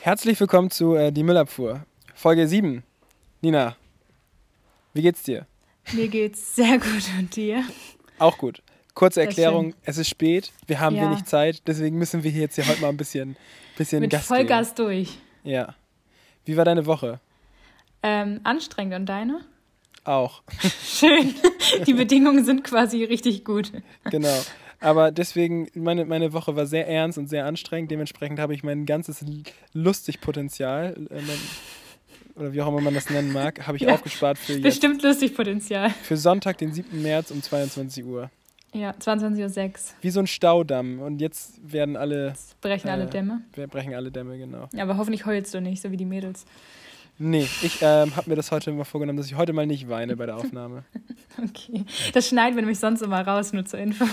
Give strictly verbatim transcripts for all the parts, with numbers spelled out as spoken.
Herzlich willkommen zu äh, Die Müllabfuhr, Folge sieben. Nina, wie geht's dir? Mir geht's sehr gut und dir? Auch gut. Kurze Erklärung, es ist spät, wir haben ja. wenig Zeit, deswegen müssen wir hier jetzt hier heute mal ein bisschen, bisschen Mit Gas Vollgas geben. durch. Ja. Wie war deine Woche? Ähm, anstrengend und deine? Auch. Schön. Die Bedingungen sind quasi richtig gut. Genau. Aber deswegen, meine, meine Woche war sehr ernst und sehr anstrengend. Dementsprechend habe ich mein ganzes Lustigpotenzial, äh, oder wie auch immer man das nennen mag, habe ich ja, aufgespart für jetzt. Bestimmt Lustigpotenzial. Für Sonntag, den siebten März um zweiundzwanzig Uhr. Ja, zweiundzwanzig Uhr sechs. Wie so ein Staudamm. Und jetzt werden alle... Jetzt brechen äh, alle Dämme. Wir brechen alle Dämme, genau. Ja, aber hoffentlich heulst du nicht, so wie die Mädels. Nee, ich ähm, habe mir das heute mal vorgenommen, dass ich heute mal nicht weine bei der Aufnahme. Okay. Das schneiden wir nämlich sonst immer raus, nur zur Info.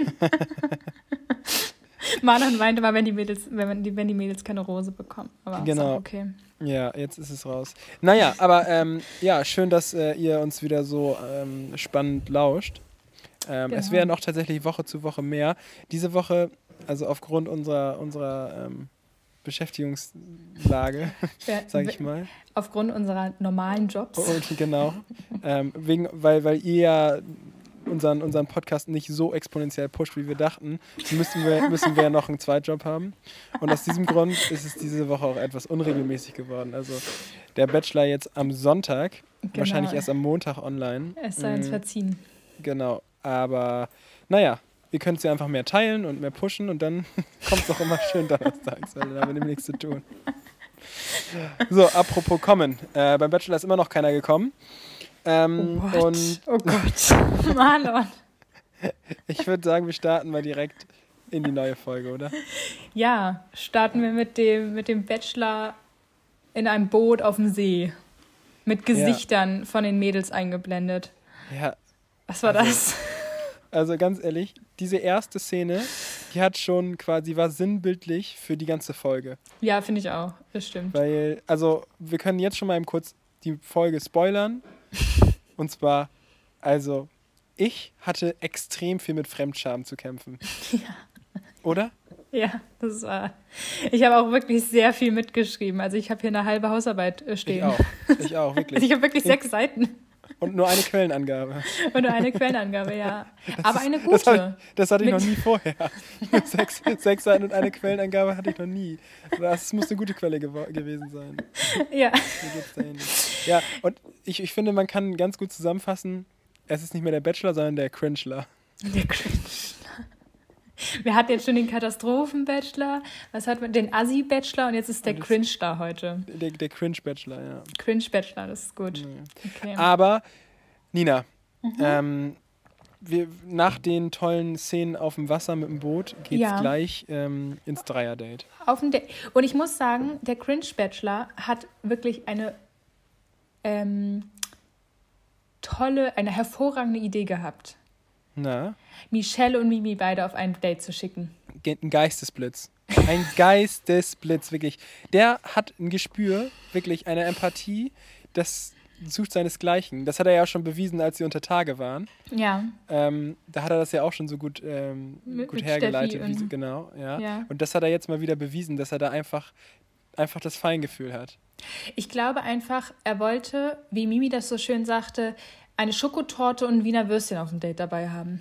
Manon meinte mal, wenn die Mädels, wenn die, wenn die Mädels keine Rose bekommen. Aber genau. Ist auch okay. Ja, jetzt ist es raus. Naja, aber ähm, ja, schön, dass äh, ihr uns wieder so ähm, spannend lauscht. Ähm, genau. Es werden auch tatsächlich Woche zu Woche mehr. Diese Woche, also aufgrund unserer, unserer ähm, Beschäftigungslage, ja, sage ich mal. Aufgrund unserer normalen Jobs. Und, genau. ähm, wegen, weil, weil ihr ja unseren, unseren Podcast nicht so exponentiell pusht, wie wir dachten, müssen wir, müssen wir ja noch einen Zweitjob haben. Und aus diesem Grund ist es diese Woche auch etwas unregelmäßig geworden. Also der Bachelor jetzt am Sonntag, genau. Wahrscheinlich erst am Montag online. Es sei uns verziehen. Genau, aber naja, ihr könnt es ja einfach mehr teilen und mehr pushen und dann kommt es auch immer schön donnerstags, weil da haben wir nämlich nichts zu tun. So, apropos kommen. Äh, beim Bachelor ist immer noch keiner gekommen. Ähm, oh Gott, und oh Gott, Marlon. Ich würde sagen, wir starten mal direkt in die neue Folge, oder? Ja, starten wir mit dem, mit dem Bachelor in einem Boot auf dem See. Mit Gesichtern ja. von den Mädels eingeblendet. Ja. Was war also, das? Also ganz ehrlich, diese erste Szene, die hat schon quasi, war sinnbildlich für die ganze Folge. Ja, finde ich auch, das stimmt. Weil, also wir können jetzt schon mal eben kurz die Folge spoilern. Und zwar, also, ich hatte extrem viel mit Fremdscham zu kämpfen. Ja. Oder? Ja, das war... Ich habe auch wirklich sehr viel mitgeschrieben. Also ich habe hier eine halbe Hausarbeit stehen. Ich auch, ich auch, wirklich. Also ich habe wirklich sechs Seiten. Und nur eine Quellenangabe. Und nur eine Quellenangabe, ja. Das Aber ist, eine gute. Das, hab, das hatte ich mit noch nie vorher. sechs, sechs Seiten und eine Quellenangabe hatte ich noch nie. Das muss eine gute Quelle gew- gewesen sein. Ja. Mir geht's da ähnlich. Ja, und ich, ich finde, man kann ganz gut zusammenfassen, es ist nicht mehr der Bachelor, sondern der Cringler. Der Cringler. Wir hatten jetzt schon den Katastrophen-Bachelor, was hat man? Den Assi-Bachelor und jetzt ist der Cringe-Star heute. Der, der Cringe-Bachelor, ja. Cringe-Bachelor, das ist gut. Ja. Okay. Aber, Nina, mhm. ähm, wir, nach den tollen Szenen auf dem Wasser mit dem Boot geht's ja. gleich ähm, ins Dreier-Date. Auf dem Date. Und ich muss sagen, der Cringe-Bachelor hat wirklich eine ähm, tolle, eine hervorragende Idee gehabt. Na? Michelle und Mimi beide auf ein Date zu schicken. Ein Geistesblitz. Ein Geistesblitz, wirklich. Der hat ein Gespür, wirklich eine Empathie, das sucht seinesgleichen. Das hat er ja auch schon bewiesen, als sie unter Tage waren. Ja. Ähm, da hat er das ja auch schon so gut, ähm, mit, gut mit hergeleitet. Wie und, sie, genau, ja. ja. Und das hat er jetzt mal wieder bewiesen, dass er da einfach, einfach das Feingefühl hat. Ich glaube einfach, er wollte, wie Mimi das so schön sagte, eine Schokotorte und ein Wiener Würstchen auf dem Date dabei haben.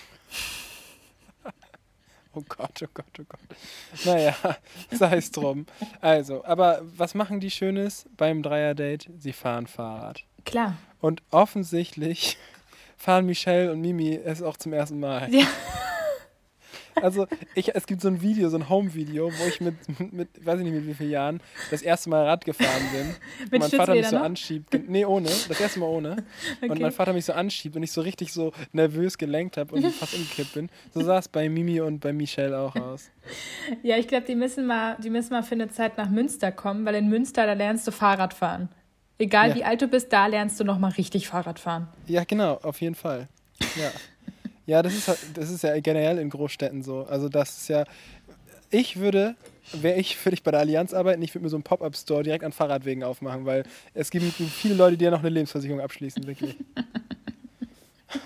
Oh Gott, oh Gott, oh Gott. Naja, sei es drum. Also, aber was machen die Schönes beim Dreier-Date? Sie fahren Fahrrad. Klar. Und offensichtlich fahren Michelle und Mimi es auch zum ersten Mal. Ja. Also, ich, es gibt so ein Video, so ein Home-Video, wo ich mit, mit, mit, weiß ich nicht mit wie vielen Jahren, das erste Mal Rad gefahren bin. Mit und mein Vater mich so noch? anschiebt. Nee, ohne. Das erste Mal ohne. Okay. Und mein Vater mich so anschiebt und ich so richtig so nervös gelenkt habe und fast umgekippt bin. So sah es bei Mimi und bei Michelle auch aus. Ja, ich glaube, die müssen mal, die müssen mal für eine Zeit nach Münster kommen, weil in Münster, da lernst du Fahrrad fahren. Egal ja. wie alt du bist, da lernst du nochmal richtig Fahrrad fahren. Ja, genau, auf jeden Fall. Ja. Ja, das ist, das ist ja generell in Großstädten so. Also das ist ja, ich würde, wäre ich, würde ich bei der Allianz arbeiten, ich würde mir so einen Pop-Up-Store direkt an Fahrradwegen aufmachen, weil es gibt viele Leute, die ja noch eine Lebensversicherung abschließen, wirklich.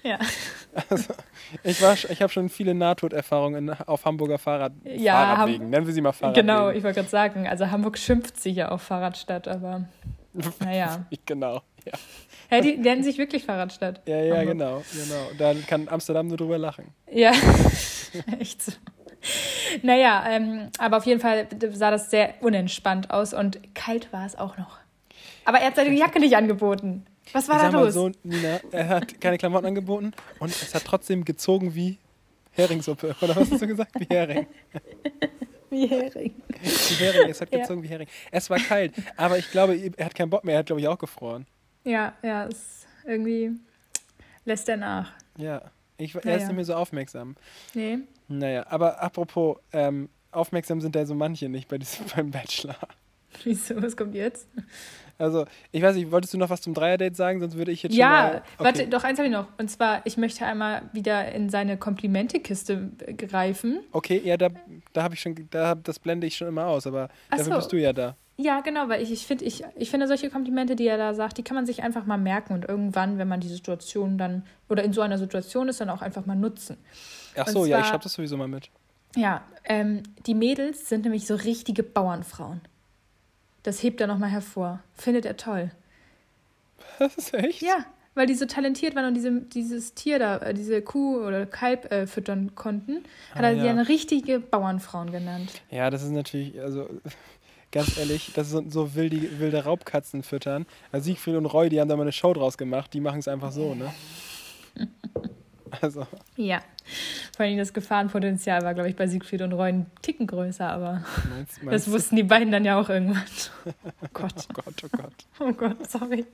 Ja. Also, ich war, sch- ich habe schon viele Nahtoderfahrungen in- auf Hamburger Fahrrad, Ja, Fahrradwegen. Ham- Nennen wir sie mal Fahrradwegen. Genau, ich wollte gerade sagen, also Hamburg schimpft sich ja auf Fahrradstadt, aber naja. Genau, ja. Ja, die nennen sich wirklich Fahrradstadt. Ja, ja, Hamburg. genau, genau. Da kann Amsterdam nur drüber lachen. Ja, echt so. Naja, ähm, aber auf jeden Fall sah das sehr unentspannt aus und kalt war es auch noch. Aber er hat seine Jacke nicht angeboten. Was war Ich da sag mal los? so, Nina, er hat keine Klamotten angeboten und es hat trotzdem gezogen wie Heringssuppe. Oder was hast du gesagt? Wie Hering. Wie Hering. Wie Hering, es hat Ja. gezogen wie Hering. Es war kalt, aber ich glaube, er hat keinen Bock mehr. Er hat, glaube ich, auch gefroren. Ja, ja, es irgendwie lässt er nach. Ja, ich, er Naja. ist nicht mehr so aufmerksam. Nee. Naja, aber apropos, ähm, aufmerksam sind da so manche nicht bei diesem, beim Bachelor. Wieso, was kommt jetzt? Also, ich weiß nicht, wolltest du noch was zum Dreier-Date sagen? Sonst würde ich jetzt schon Ja, mal... Okay. warte, doch eins habe ich noch. Und zwar, ich möchte einmal wieder in seine Komplimentekiste äh, greifen. Okay, ja, da, da habe ich schon, da, das blende ich schon immer aus, aber Ach dafür so. bist du ja da. Ja, genau, weil ich, ich, find, ich, ich finde, solche Komplimente, die er da sagt, die kann man sich einfach mal merken und irgendwann, wenn man die Situation dann, oder in so einer Situation ist, dann auch einfach mal nutzen. Ach Und so, ja, ich zwar- schreibe das sowieso mal mit. Ja, ähm, die Mädels sind nämlich so richtige Bauernfrauen. Das hebt er nochmal hervor. Findet er toll. Das ist echt? Ja, weil die so talentiert waren und diese, dieses Tier da, äh, diese Kuh oder Kalb äh, füttern konnten, hat Ah, er sie ja. eine richtige Bauernfrauen genannt. Ja, das ist natürlich, also ganz ehrlich, das ist so, so wilde, wilde Raubkatzen füttern. Also Siegfried und Roy, die haben da mal eine Show draus gemacht, die machen es einfach so, ne? Also, Ja, vor allem das Gefahrenpotenzial war, glaube ich, bei Siegfried und Roy ein Ticken größer, aber meinst, das meinst du? wussten die beiden dann ja auch irgendwann. Oh Gott, Oh Gott, oh Gott. oh Gott, sorry.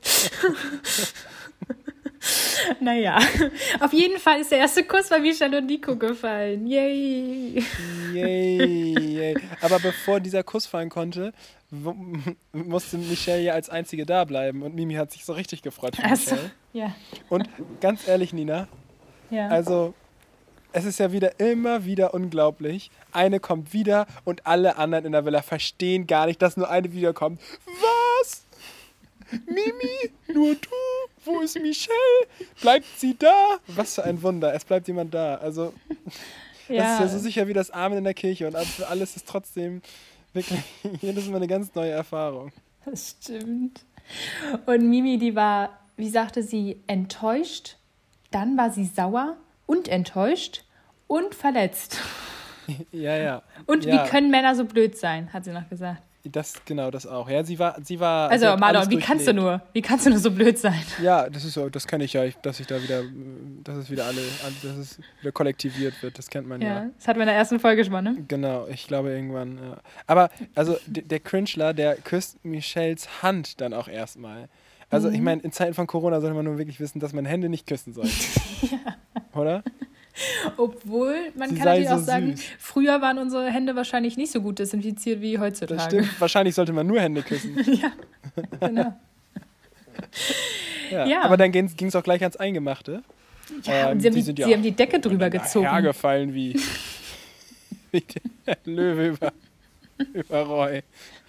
Naja, auf jeden Fall ist der erste Kuss bei Michelle und Nico gefallen. Yay! Yay, yay. Aber bevor dieser Kuss fallen konnte, w- musste Michelle ja als Einzige da bleiben und Mimi hat sich so richtig gefreut für Also, Michelle. ja, Und ganz ehrlich, Nina, ja. also es ist ja wieder immer wieder unglaublich. Eine kommt wieder und alle anderen in der Villa verstehen gar nicht, dass nur eine wiederkommt. Was? Mimi? Nur du? Wo ist Michelle? Bleibt sie da? Was für ein Wunder. Es bleibt jemand da. Also, das ja. ist ja so sicher wie das Amen in der Kirche und für alles ist trotzdem wirklich jedes Mal eine ganz neue Erfahrung. Das stimmt. Und Mimi, die war, wie sagte sie, enttäuscht, dann war sie sauer und enttäuscht und verletzt. Ja, ja. Und ja, wie können Männer so blöd sein, hat sie noch gesagt. Das, genau, das auch. Ja, sie war, sie war. sie Also, hat Marlon, alles wie kannst du durchlebt. nur? Wie kannst du nur so blöd sein? Ja, das ist so, das kenne ich ja, ich- dass ich da wieder, dass es wieder alle, dass es wieder kollektiviert wird, das kennt man ja. Ja, das hatten wir in der ersten Folge schon mal, ne? Genau, ich glaube irgendwann, ja. Aber, also, d- der Cringler, der küsst Michelles Hand dann auch erstmal. Also, Mhm. ich meine, in Zeiten von Corona sollte man nur wirklich wissen, dass man Hände nicht küssen sollte. Oder? Obwohl, man Sie kann sei natürlich so auch sagen, süß. früher waren unsere Hände wahrscheinlich nicht so gut desinfiziert wie heutzutage. Das stimmt. Wahrscheinlich sollte man nur Hände küssen. Ja, genau. Ja. Ja. Aber dann ging es auch gleich ans Eingemachte. Ja, Ähm, und sie haben die die, sind ja sie haben die Decke drüber gezogen. Hergefallen wie, wie der Löwe über, über Roy.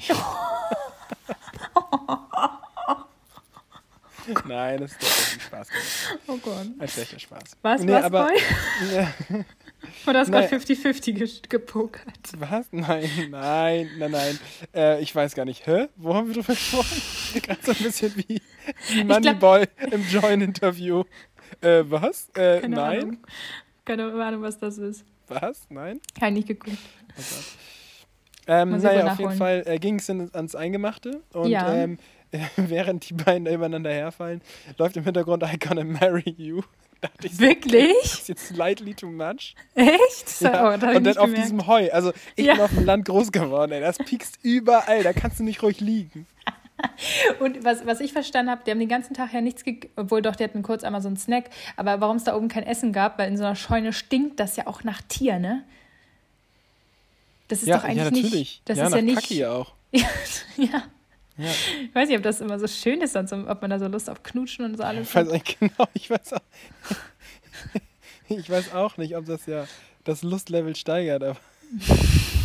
Nein, das ist doch ein Spaß gemacht. Oh Gott. Ein schlechter Spaß. Was, Nee, was, aber- Boy? Ja, Oder hast du Nein. gerade fünfzig fünfzig ge- gepokert? was? Nein, nein, nein, nein. Äh, ich weiß gar nicht. Hä? Wo haben wir drüber gesprochen? Gerade so ein bisschen wie, wie Moneyball im Join-Interview. Äh, was? Äh, Keine nein? Ahnung. Keine Ahnung, was das ist. Was? Nein? Habe ich nicht geguckt. Oh Gott. Ähm, Muss ich naja, wohl auf jeden nachholen. Fall äh, ging es ans Eingemachte und Ja. ähm, während die beiden da übereinander herfallen, läuft im Hintergrund I Gonna Marry You. Dachte ich so, Wirklich? das ist jetzt slightly too much. Echt? Ja. Oh, das hab ich und dann nicht auf gemerkt. diesem Heu. Also ich Ja. bin auf dem Land groß geworden, ey. Das piekst überall, da kannst du nicht ruhig liegen. Und was, was ich verstanden habe, die haben den ganzen Tag ja nichts gegessen, obwohl doch, die hatten kurz einmal so einen Snack, aber warum es da oben kein Essen gab, weil in so einer Scheune stinkt das ja auch nach Tier, ne? Das ist ja, doch eigentlich ja, natürlich. nicht, das ja, ist nach ja nicht, Kacki auch. ja, Ja. ich weiß nicht, ob das immer so schön ist, sonst, ob man da so Lust auf Knutschen und so alles Ich weiß hat. nicht genau, ich weiß auch, ich weiß auch nicht, ob das ja das Lustlevel steigert, aber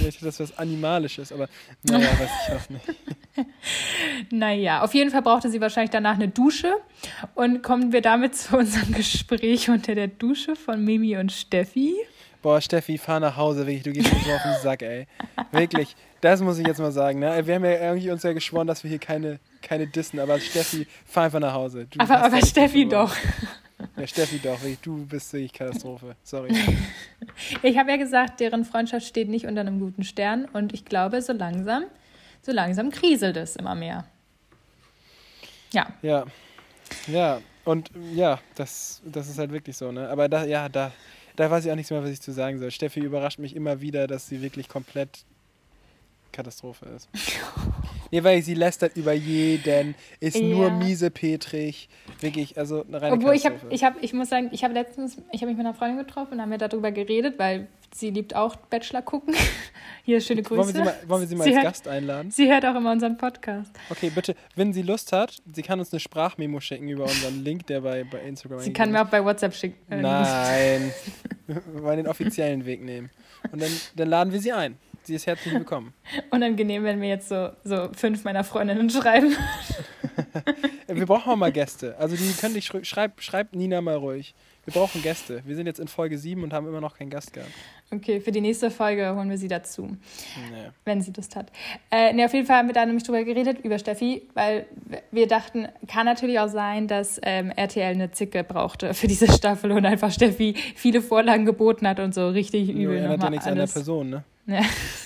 Vielleicht hat das was Animalisches, aber naja, weiß ich auch nicht. Naja, auf jeden Fall brauchte sie wahrscheinlich danach eine Dusche. Und kommen wir damit zu unserem Gespräch unter der Dusche von Mimi und Steffi. Boah, Steffi, fahr nach Hause, wirklich, du gehst mir so auf den Sack, ey. Wirklich, das muss ich jetzt mal sagen, ne? Wir haben ja irgendwie uns ja geschworen, dass wir hier keine, keine dissen, aber Steffi, fahr einfach nach Hause. Du aber aber Steffi doch. Ja, Steffi doch, wirklich, du bist wirklich Katastrophe, sorry. Ich habe ja gesagt, deren Freundschaft steht nicht unter einem guten Stern und ich glaube, so langsam, so langsam kriselt es immer mehr. Ja. Ja, ja, und ja, das, das ist halt wirklich so, ne? Aber da, ja, da... Da weiß ich auch nichts mehr, was ich zu sagen soll. Steffi überrascht mich immer wieder, dass sie wirklich komplett Katastrophe ist. Nee, weil sie lästert über jeden, ist ja. nur miesepetrig. Wirklich, also eine reine Obwohl Katastrophe. ich habe, ich, hab, ich muss sagen, ich habe letztens, ich habe mich mit einer Freundin getroffen und haben wir darüber geredet, weil sie liebt auch Bachelor gucken. Hier, schöne Grüße. Wollen wir sie mal, wollen wir sie mal sie als hört, Gast einladen? Sie hört auch immer unseren Podcast. Okay, bitte, wenn sie Lust hat, sie kann uns eine Sprachmemo schicken über unseren Link, der bei, bei Instagram Sie kann mir auch bei WhatsApp schicken. Nein, wir wollen den offiziellen Weg nehmen. Und dann, dann laden wir sie ein. Sie ist herzlich willkommen. Unangenehm, wenn wir jetzt so, so fünf meiner Freundinnen schreiben. Wir brauchen auch mal Gäste. Also die können dich schreib, schreib Nina mal ruhig. Wir brauchen Gäste. Wir sind jetzt in Folge sieben und haben immer noch keinen Gast gehabt. Okay, für die nächste Folge holen wir sie dazu. Nee. Wenn sie Lust hat. Äh, nee, auf jeden Fall haben wir da nämlich drüber geredet, über Steffi, weil wir dachten, kann natürlich auch sein, dass ähm, R T L eine Zicke brauchte für diese Staffel und einfach Steffi viele Vorlagen geboten hat und so richtig übel. Ja, nochmal ja nichts alles. an der Person, ne? Ja.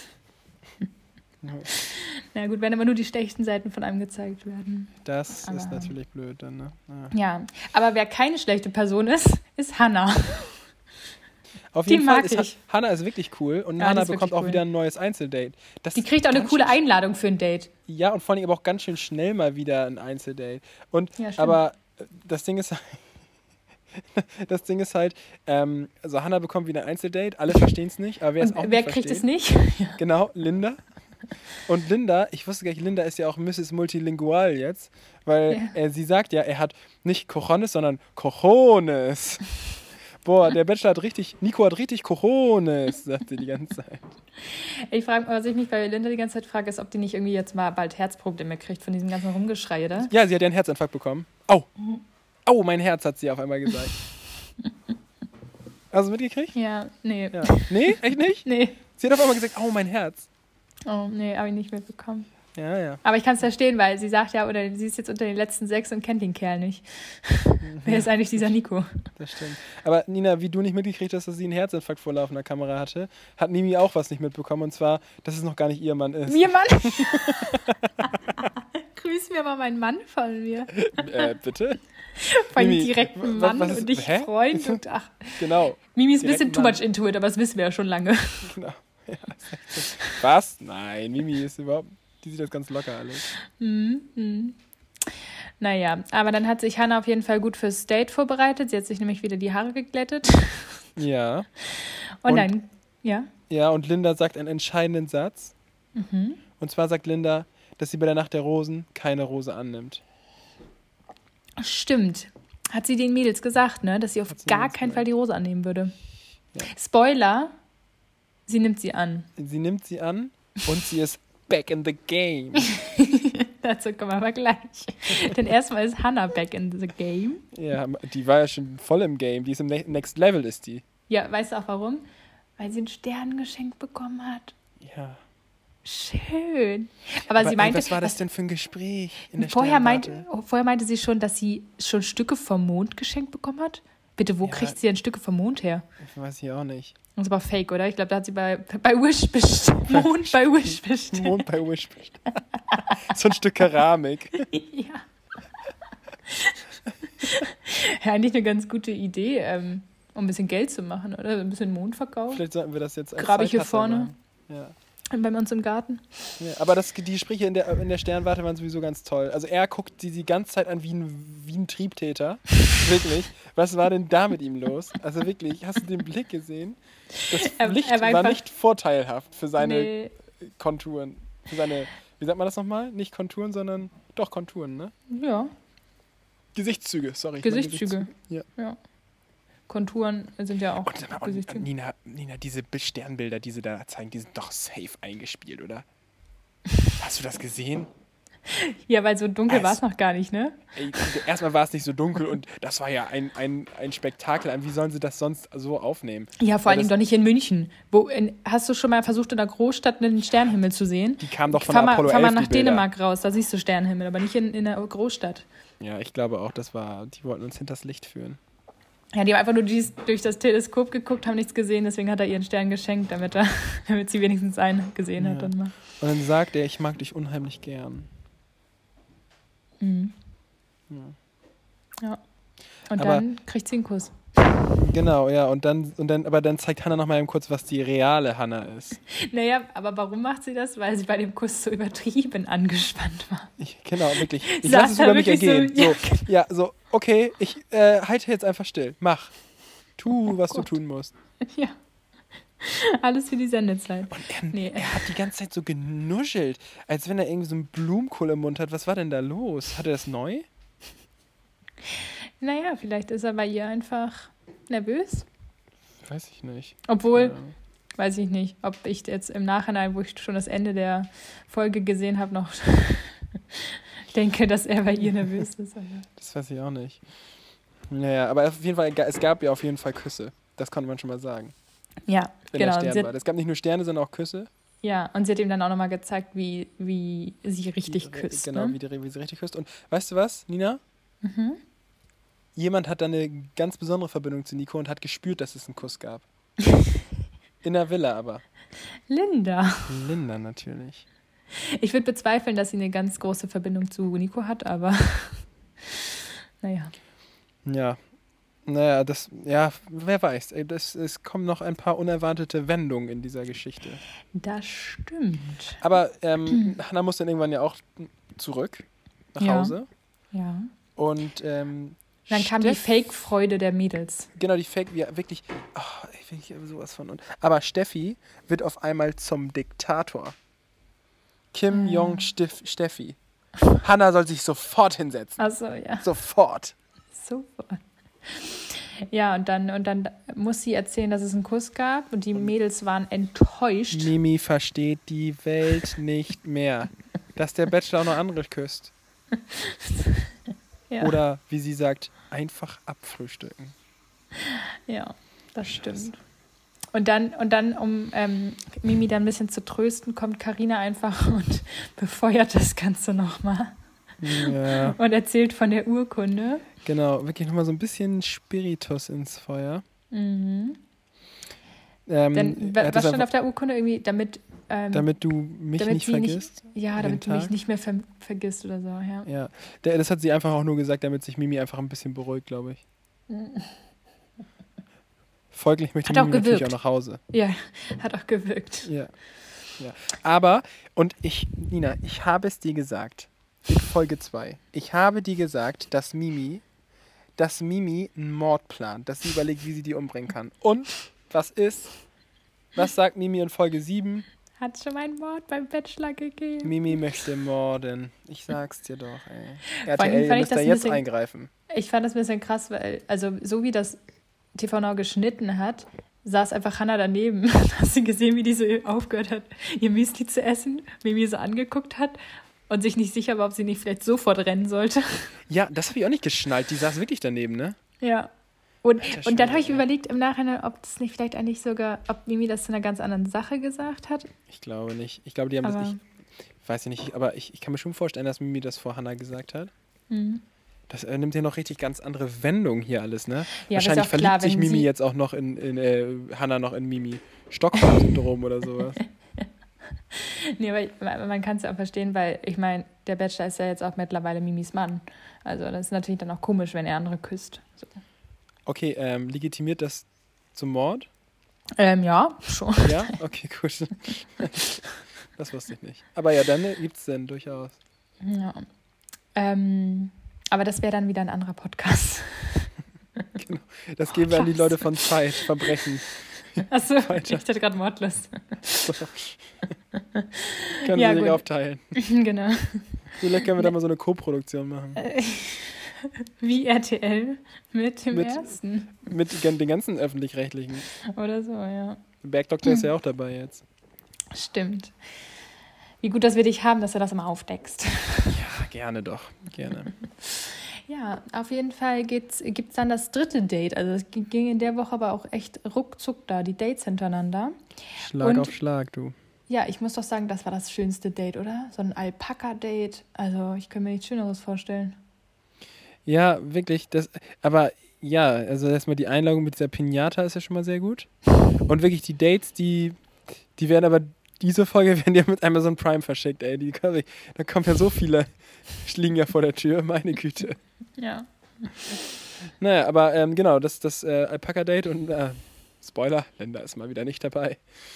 Na gut, wenn aber nur die schlechten Seiten von einem gezeigt werden. Das aber, ist natürlich blöd dann, ne? Ja. ja, aber wer keine schlechte Person ist, ist Hannah. Auf die jeden mag Fall ist ich. Ha- Hannah ist wirklich cool und ja, Hannah bekommt auch cool. wieder ein neues Einzeldate. Das die kriegt auch eine coole schön, Einladung für ein Date. Ja, und vor allem aber auch ganz schön schnell mal wieder ein Einzeldate. Und ja, aber das Ding ist das Ding ist halt, ähm, also Hannah bekommt wieder ein Einzeldate, alle verstehen es nicht, aber wer es auch wer nicht kriegt versteht, es nicht? Genau, Linda. Und Linda, ich wusste gar nicht, Linda ist ja auch Misses Multilingual jetzt, weil ja. äh, sie sagt ja, er hat nicht Cojones, sondern Cojones. Boah, der Bachelor hat richtig, Nico hat richtig Cojones, sagt sie die ganze Zeit. Ich frage, was ich mich bei Linda die ganze Zeit frage, ist, ob die nicht irgendwie jetzt mal bald Herzprobleme kriegt von diesem ganzen Rumgeschrei, oder? Ja, sie hat ja einen Herzinfarkt bekommen. Au, au, mein Herz, hat sie auf einmal gesagt. Hast du mitgekriegt? Ja, nee. Ja. Nee, echt nicht? Nee. Sie hat auf einmal gesagt, au, mein Herz. Oh, nee, habe ich nicht mitbekommen. Ja, ja. Aber ich kann es verstehen, weil sie sagt ja, oder sie ist jetzt unter den letzten sechs und kennt den Kerl nicht. Wer ist eigentlich dieser Nico? Das stimmt. Aber Nina, wie du nicht mitgekriegt hast, dass sie einen Herzinfarkt vor laufender Kamera hatte, hat Mimi auch was nicht mitbekommen. Und zwar, dass es noch gar nicht ihr Mann ist. Ihr Mann? Grüß mir mal meinen Mann von mir. Äh, bitte? Von Mimi, direkten was- Mann was ist- und nicht hä? Freund. Und ach, Genau. Mimi ist ein bisschen Direkten too Mann. much into it, aber das wissen wir ja schon lange. Genau. Ja, ist echt so. Was? Nein, Mimi ist überhaupt, die sieht das ganz locker alles. Mhm. Mhm. Naja, aber dann hat sich Hannah auf jeden Fall gut fürs Date vorbereitet. Sie hat sich nämlich wieder die Haare geglättet. Ja. Und, Und- dann, ja. Ja, und Linda sagt einen entscheidenden Satz. Mhm. Und zwar sagt Linda, dass sie bei der Nacht der Rosen keine Rose annimmt. Stimmt. Hat sie den Mädels gesagt, ne? Dass sie auf Hat sie gar Mädels keinen gesagt. Fall die Rose annehmen würde. Ja. Spoiler, sie nimmt sie an. Sie nimmt sie an und sie ist back in the game. Dazu kommen wir aber gleich. Denn erstmal ist Hannah back in the game. Ja, die war ja schon voll im Game. Die ist im ne- Next Level, ist die. Ja, weißt du auch warum? Weil sie ein Stern geschenkt bekommen hat. Ja. Schön. Aber, Aber sie ey, meinte, was war das was- denn für ein Gespräch in der vorher, Sternwarte? meinte, vorher meinte sie schon, dass sie schon Stücke vom Mond geschenkt bekommen hat. Bitte, wo Ja. kriegt sie denn Stücke vom Mond her? Ich weiß ich auch nicht. Das ist aber fake, oder? Ich glaube, da hat sie bei, bei Wish bestellt. Mond bei Wish bestellt. Mond bei Wish. So ein Stück Keramik. Ja. Ja, eigentlich eine ganz gute Idee, ähm, um ein bisschen Geld zu machen, oder? Ein bisschen Mondverkauf. Vielleicht sollten wir das jetzt als Grabe ich hier Side-Hustle vorne. machen. Ja. Bei uns im Garten. Ja, aber das, die Gespräche in der, in der Sternwarte waren sowieso ganz toll. Also er guckt sie die ganze Zeit an wie ein, wie ein Triebtäter. Wirklich. Was war denn da mit ihm los? Also wirklich, hast du den Blick gesehen? Das Er- Licht er war war einfach- nicht vorteilhaft für seine Nee, Konturen. Für seine, wie sagt man das nochmal? Nicht Konturen, sondern doch Konturen, ne? ja, Gesichtszüge, sorry. ich meine Gesichtszüge. Ja. ja. Konturen sind ja auch Und, und, und besichtigt. Nina, Nina, diese Sternbilder, die sie da zeigen, die sind doch safe eingespielt, oder? Hast du das gesehen? Ja, weil so dunkel Es- war es noch gar nicht, ne? Ey, erstmal war es nicht so dunkel und das war ja ein, ein, ein Spektakel. Wie sollen sie das sonst so aufnehmen? Ja, vor Weil allem das, doch nicht in München. Wo, in, hast du schon mal versucht, in der Großstadt einen Sternenhimmel zu sehen? Die kamen doch von fahr der mal, Apollo fahr mal elf, nach die Bilder. Dänemark raus, da siehst du Sternenhimmel, aber nicht in, in der Großstadt. Ja, ich glaube auch, das war, die wollten uns hinters Licht führen. Ja, die haben einfach nur dies, durch das Teleskop geguckt, haben nichts gesehen, deswegen hat er ihren Stern geschenkt, damit, er, damit sie wenigstens einen gesehen Ja. hat. Dann mal. Und dann sagt er, ich mag dich unheimlich gern. Mhm. Ja. Ja. Und Aber- dann kriegt sie einen Kuss. Genau, ja, und dann, und dann, aber dann zeigt Hannah nochmal eben kurz, was die reale Hannah ist. Naja, aber warum macht sie das? Weil sie bei dem Kuss so übertrieben angespannt war. Ich, genau, wirklich. Ich Saß lasse es da über mich wirklich so, ergehen. So, ja. ja. so, okay, ich äh, halte jetzt einfach still. Mach. Tu, was Gott. du tun musst. Ja. Alles für die Sendezeit. Und er, Nee. er hat die ganze Zeit so genuschelt, als wenn er irgendwie so einen Blumenkohl im Mund hat. Was war denn da los? Hat er das neu? Naja, vielleicht ist er bei ihr einfach nervös. Weiß ich nicht. Obwohl, Ja. weiß ich nicht, ob ich jetzt im Nachhinein, wo ich schon das Ende der Folge gesehen habe, noch denke, dass er bei ihr nervös ist. Aber Das weiß ich auch nicht. Naja, aber auf jeden Fall, es gab ja auf jeden Fall Küsse. Das konnte man schon mal sagen. ja, Wenn genau. er Und Stern sie war. hat, Es gab nicht nur Sterne, sondern auch Küsse. ja, und sie hat ihm dann auch nochmal gezeigt, wie, wie sie richtig Wie- küsst. Genau, ne? wie, die, wie sie richtig küsst. Und weißt du was, Nina? Mhm. Jemand hat da eine ganz besondere Verbindung zu Nico und hat gespürt, dass es einen Kuss gab. In der Villa aber. Linda. Linda natürlich. Ich würde bezweifeln, dass sie eine ganz große Verbindung zu Nico hat, aber naja. Ja. Naja, das, ja, wer weiß. Ey, das, es kommen noch ein paar unerwartete Wendungen in dieser Geschichte. Das stimmt. Aber ähm, Hannah muss dann irgendwann ja auch zurück nach Ja. Hause. Ja. Und ähm, Dann kam die Steff- Fake-Freude der Mädels. Genau, die Fake, ja, wirklich, oh, ich will hier sowas von. Und, aber Steffi wird auf einmal zum Diktator. Kim Ah. Jong Stiff, Steffi. Hannah soll sich sofort hinsetzen. Achso, ja. Sofort. Super. Ja, und dann, und dann muss sie erzählen, dass es einen Kuss gab und die Mädels waren enttäuscht. Mimi versteht die Welt nicht mehr. Dass der Bachelor auch noch andere küsst. Ja, Oder, wie sie sagt, einfach abfrühstücken. ja, das stimmt. Und dann, und dann, um ähm, Mimi dann ein bisschen zu trösten, kommt Carina einfach und befeuert das Ganze nochmal Ja, und erzählt von der Urkunde. genau. Wirklich nochmal so ein bisschen Spiritus ins Feuer. Mhm. Ähm, Denn, er hat was das stand einfach- auf der Urkunde? Irgendwie, damit, ähm, damit du mich damit nicht sie nicht- vergisst? ja, den damit du mich Tag? nicht mehr ver vergisst oder so, ja. Ja, der, das hat sie einfach auch nur gesagt, damit sich Mimi einfach ein bisschen beruhigt, glaube ich. Folglich möchte Hat auch Mimi natürlich gewirkt. auch nach Hause. Ja, hat auch gewirkt. Ja. ja. Aber, und ich, Nina, ich habe es dir gesagt, in Folge zwei, ich habe dir gesagt, dass Mimi, dass Mimi einen Mord plant, dass sie überlegt, wie sie die umbringen kann. Und, was ist? Was sagt Mimi in Folge sieben? Hat schon mal ein Mord beim Bachelor gegeben. Mimi möchte morden. Ich sag's dir doch, ey. Vor allem R T L, ihr fand ich müsst da das ein jetzt bisschen- eingreifen. Ich fand das ein bisschen krass, weil, also so wie das T V Now geschnitten hat, saß einfach Hannah daneben. Hast du gesehen, wie die so aufgehört hat, ihr Müsli zu essen, Mimi so angeguckt hat und sich nicht sicher war, ob sie nicht vielleicht sofort rennen sollte. Ja, das habe ich auch nicht geschnallt. Die saß wirklich daneben, ne? Ja. Und, Alter und dann habe ich Schwede, ey. überlegt im Nachhinein, ob das nicht vielleicht eigentlich sogar, ob Mimi das zu einer ganz anderen Sache gesagt hat. Ich glaube nicht. Ich glaube, die haben Aber- das. Ich weiß ja nicht, aber ich, ich kann mir schon vorstellen, dass Mimi das vor Hannah gesagt hat. Mhm. Das äh, nimmt ja noch richtig ganz andere Wendungen hier alles, ne? Ja, aber ist Wahrscheinlich ja auch verliebt klar, sich wenn Mimi sie- jetzt auch noch in, in äh, Hannah noch in Mimi. Stockholm-Syndrom oder sowas. Nee, aber ich- man kann es ja auch verstehen, weil ich meine, der Bachelor ist ja jetzt auch mittlerweile Mimis Mann. Also das ist natürlich dann auch komisch, wenn er andere küsst. So. Okay, ähm, legitimiert das zum Mord? Ähm, ja, schon. Ja? Okay, gut. Das wusste ich nicht. Aber ja, dann gibt's denn durchaus. Ja. Ähm, aber das wäre dann wieder ein anderer Podcast. Das geben wir an die Was? Leute von Zeit, Verbrechen. Achso, ich Weiter. hatte gerade Mordlust. Können Ja, sie sich gut. aufteilen. Genau. Vielleicht können wir da mal so eine Co-Produktion machen. Wie R T L mit dem Mit- ersten. Mit den ganzen Öffentlich-Rechtlichen. Oder so, ja. Bergdoktor ist ja auch dabei jetzt. Stimmt. Wie gut, dass wir dich haben, dass du das immer aufdeckst. Ja, gerne doch. Gerne. Ja, auf jeden Fall gibt es dann das dritte Date. Also es ging ging in der Woche aber auch echt ruckzuck da, die Dates hintereinander. Schlag Und- auf Schlag, du. Ja, ich muss doch sagen, das war das schönste Date, oder? So ein Alpaka-Date. Also ich kann mir nichts Schöneres vorstellen. Ja, wirklich. Das, aber ja, also erstmal die Einladung mit dieser Pinata ist ja schon mal sehr gut. Und wirklich die Dates, die, die werden aber, diese Folge werden ja mit Amazon Prime verschickt, ey. Die, da kommen ja so viele, liegen ja vor der Tür, meine Güte. Ja. Naja, aber ähm, genau, das, das äh, Alpaka-Date und äh, Spoiler, Linda ist mal wieder nicht dabei.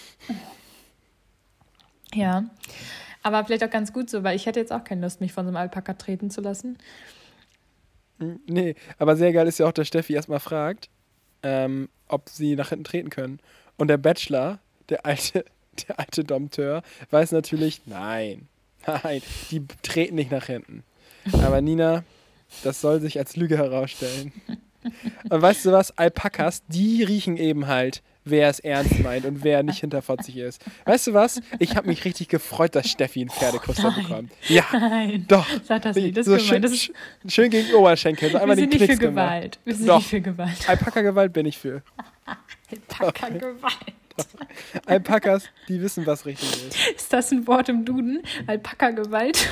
Ja. Aber vielleicht auch ganz gut so, weil ich hätte jetzt auch keine Lust, mich von so einem Alpaka treten zu lassen. Hm, Nee, aber sehr geil ist ja auch, dass Steffi erstmal fragt, ähm, ob sie nach hinten treten können. Und der Bachelor, der alte, der alte Dompteur, weiß natürlich, nein, nein, die treten nicht nach hinten. Aber Nina, das soll sich als Lüge herausstellen. Und weißt du was? Alpakas, die riechen eben halt, wer es ernst meint und wer nicht hinterfotzig ist. Weißt du was? Ich habe mich richtig gefreut, dass Steffi einen Pferdekuss Oh, nein. bekommt. Ja, Nein. doch. Sag das nicht, das ist so gemein. schön, Das ist, sch- schön gegen den Oberschenkel. So wir einmal den sind nicht für Knicks gemacht. Gewalt. Wir sind Doch. nicht für Gewalt. Alpaka-Gewalt bin ich für. Alpaka-Gewalt. Alpakas, die wissen, was richtig ist. Ist das ein Wort im Duden? Alpaka-Gewalt?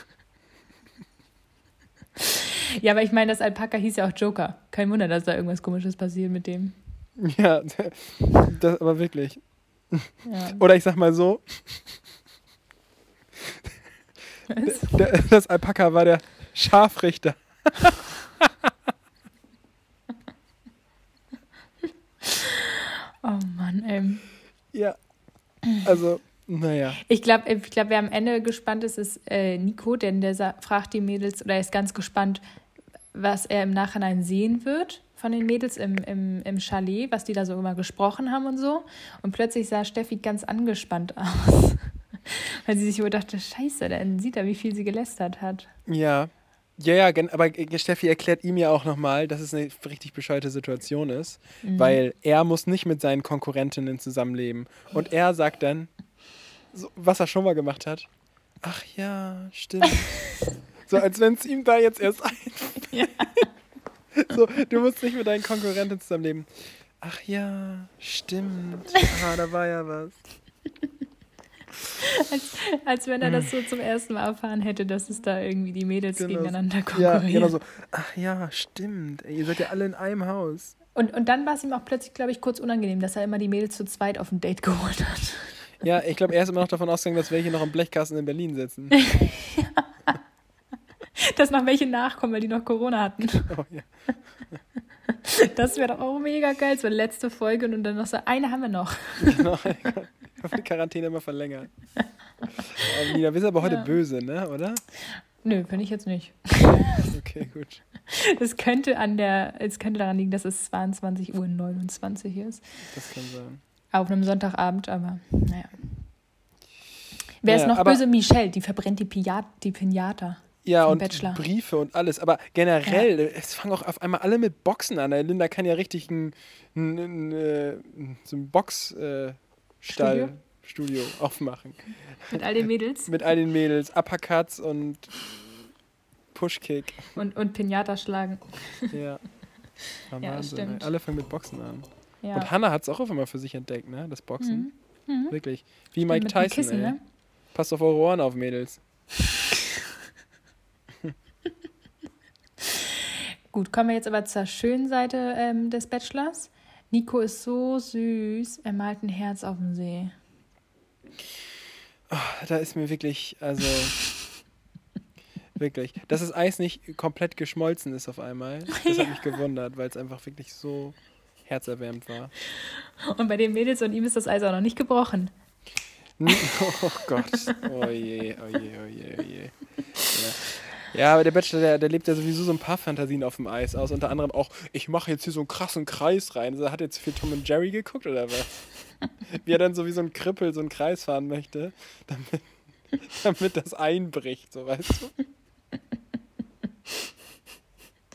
Ja, aber ich meine, das Alpaka hieß ja auch Joker. Kein Wunder, dass da irgendwas Komisches passiert mit dem. Ja, das aber wirklich. Ja. Oder ich sag mal so, Was? der, das Alpaka war der Scharfrichter. Oh Mann, ey. Ja, also, naja. Ich glaube, ich glaub, wer am Ende gespannt ist, ist äh, Nico, denn der sa- fragt die Mädels, oder er ist ganz gespannt, was er im Nachhinein sehen wird von den Mädels im, im, im Chalet, was die da so immer gesprochen haben und so. Und plötzlich sah Steffi ganz angespannt aus, weil sie sich wohl dachte, scheiße, dann sieht er, wie viel sie gelästert hat. Ja. Ja, ja, gen- aber Steffi erklärt ihm ja auch nochmal, dass es eine richtig bescheuerte Situation ist, weil er muss nicht mit seinen Konkurrentinnen zusammenleben. Und er sagt dann, so, was er schon mal gemacht hat, ach ja, stimmt. So, als wenn es ihm da jetzt erst einfällt. Ja. So, du musst nicht mit deinen Konkurrenten zusammenleben. Ach ja, stimmt. Ah, da war ja was. Als, als wenn er das so zum ersten Mal erfahren hätte, dass es da irgendwie die Mädels Genau. gegeneinander Ja, konkurrieren. genau so. Ach ja, stimmt. Ey, ihr seid ja alle in einem Haus. Und, und dann war es ihm auch plötzlich, glaube ich, kurz unangenehm, dass er immer die Mädels zu zweit auf ein Date geholt hat. Ja, ich glaube, er ist immer noch davon ausgegangen, dass welche noch im Blechkasten in Berlin sitzen. Dass noch welche nachkommen, weil die noch Corona hatten. Oh, ja. Das wäre doch auch mega geil. So letzte Folge und dann noch so, eine haben wir noch. Genau. Ich hoffe, die Quarantäne immer verlängert. Oh, Nina, wir sind aber heute Ja. böse, ne? Oder? Nö, finde ich jetzt nicht. Okay, gut. Es könnte an der, es könnte daran liegen, dass es zweiundzwanzig Uhr neunundzwanzig ist. Das kann sein. Auf einem Sonntagabend, aber naja. Wer ist Naja, noch aber- böse? Michelle, die verbrennt die, Pia- die Pinata. Ja, Vom und Bachelor. Briefe und alles. Aber generell, es fangen auch auf einmal alle mit Boxen an. Der Linda kann ja richtig ein, ein, ein, äh, so ein Boxstall, Studio? Studio aufmachen. Mit all den Mädels Mit all den Mädels, Uppercuts und Pushkick. und, und Pinata schlagen. Ja. War Ja, Wahnsinn, stimmt. ey. Alle fangen mit Boxen an. Ja. Und Hannah hat es auch auf einmal für sich entdeckt, ne? Das Boxen. Mhm. Mhm. Wirklich. Wie Mike Mit dem Tyson, Kissen, ey. ne? Passt auf eure Ohren auf, Mädels. Gut, kommen wir jetzt aber zur schönen Seite ähm, des Bachelors. Nico ist so süß. Er malt ein Herz auf dem See. Da ist mir wirklich, also wirklich, dass das Eis nicht komplett geschmolzen ist auf einmal, das hat mich gewundert, weil es einfach wirklich so herzerwärmend war. Und bei den Mädels und ihm ist das Eis auch noch nicht gebrochen. N- Oh Gott, oh je, oh je, oh je, oh je. Ja. Ja, aber der Bachelor, der, der lebt ja sowieso so ein paar Fantasien auf dem Eis aus. Unter anderem auch, ich mache jetzt hier so einen krassen Kreis rein. Also, hat er jetzt viel Tom und Jerry geguckt oder was? Wie er dann so wie so ein Krippel so einen Kreis fahren möchte, damit, damit das einbricht, so weißt du?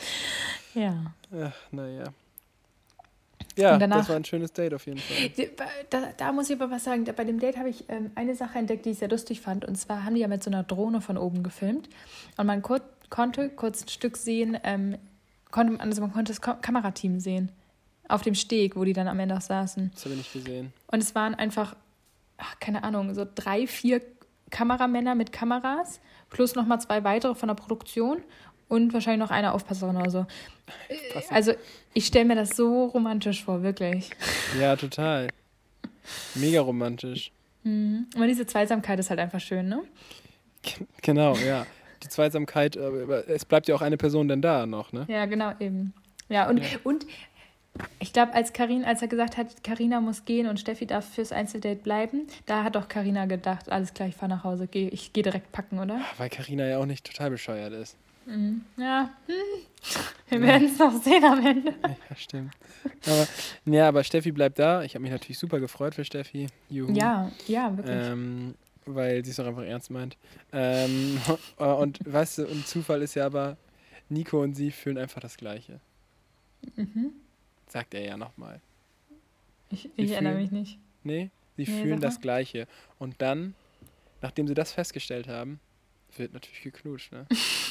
Ja. Ach, naja. Ja, Und danach, das war ein schönes Date auf jeden Fall. Da, da muss ich aber was sagen. Bei dem Date habe ich ähm, eine Sache entdeckt, die ich sehr lustig fand. Und zwar haben die ja mit so einer Drohne von oben gefilmt. Und man kur- konnte kurz ein Stück sehen, ähm, konnte, also man konnte das Ko- Kamerateam sehen. Auf dem Steg, wo die dann am Ende auch saßen. Das habe ich nicht gesehen. Und es waren einfach, ach, keine Ahnung, so drei, vier Kameramänner mit Kameras. Plus nochmal zwei weitere von der Produktion. Und wahrscheinlich noch eine Aufpasserin oder so. Krass. Also ich stelle mir das so romantisch vor, wirklich. Ja, total. Mega romantisch. Mhm. Aber diese Zweisamkeit ist halt einfach schön, ne? G- Genau, ja. Die Zweisamkeit, aber es bleibt ja auch eine Person denn da noch, ne? Ja, genau, eben. Ja, und, Ja. und ich glaube, als Karin, als er gesagt hat, Carina muss gehen und Steffi darf fürs Einzeldate bleiben, da hat doch Carina gedacht, alles klar, ich fahre nach Hause, geh, ich gehe direkt packen, oder? Weil Carina ja auch nicht total bescheuert ist. Mhm. Ja, hm. wir werden es noch sehen am Ende. Ja, stimmt. Aber, ja, aber Steffi bleibt da. Ich habe mich natürlich super gefreut für Steffi. Juhu. Ja, ja, wirklich. Ähm, weil sie es auch einfach ernst meint. Ähm, und weißt du, und Zufall ist ja aber, Nico und sie fühlen einfach das Gleiche. Mhm. Sagt er ja nochmal. Ich, ich erinnere mich nicht. Nee, sie Nee, fühlen sag das mal. Gleiche. Und dann, nachdem sie das festgestellt haben, wird natürlich geknutscht, ne?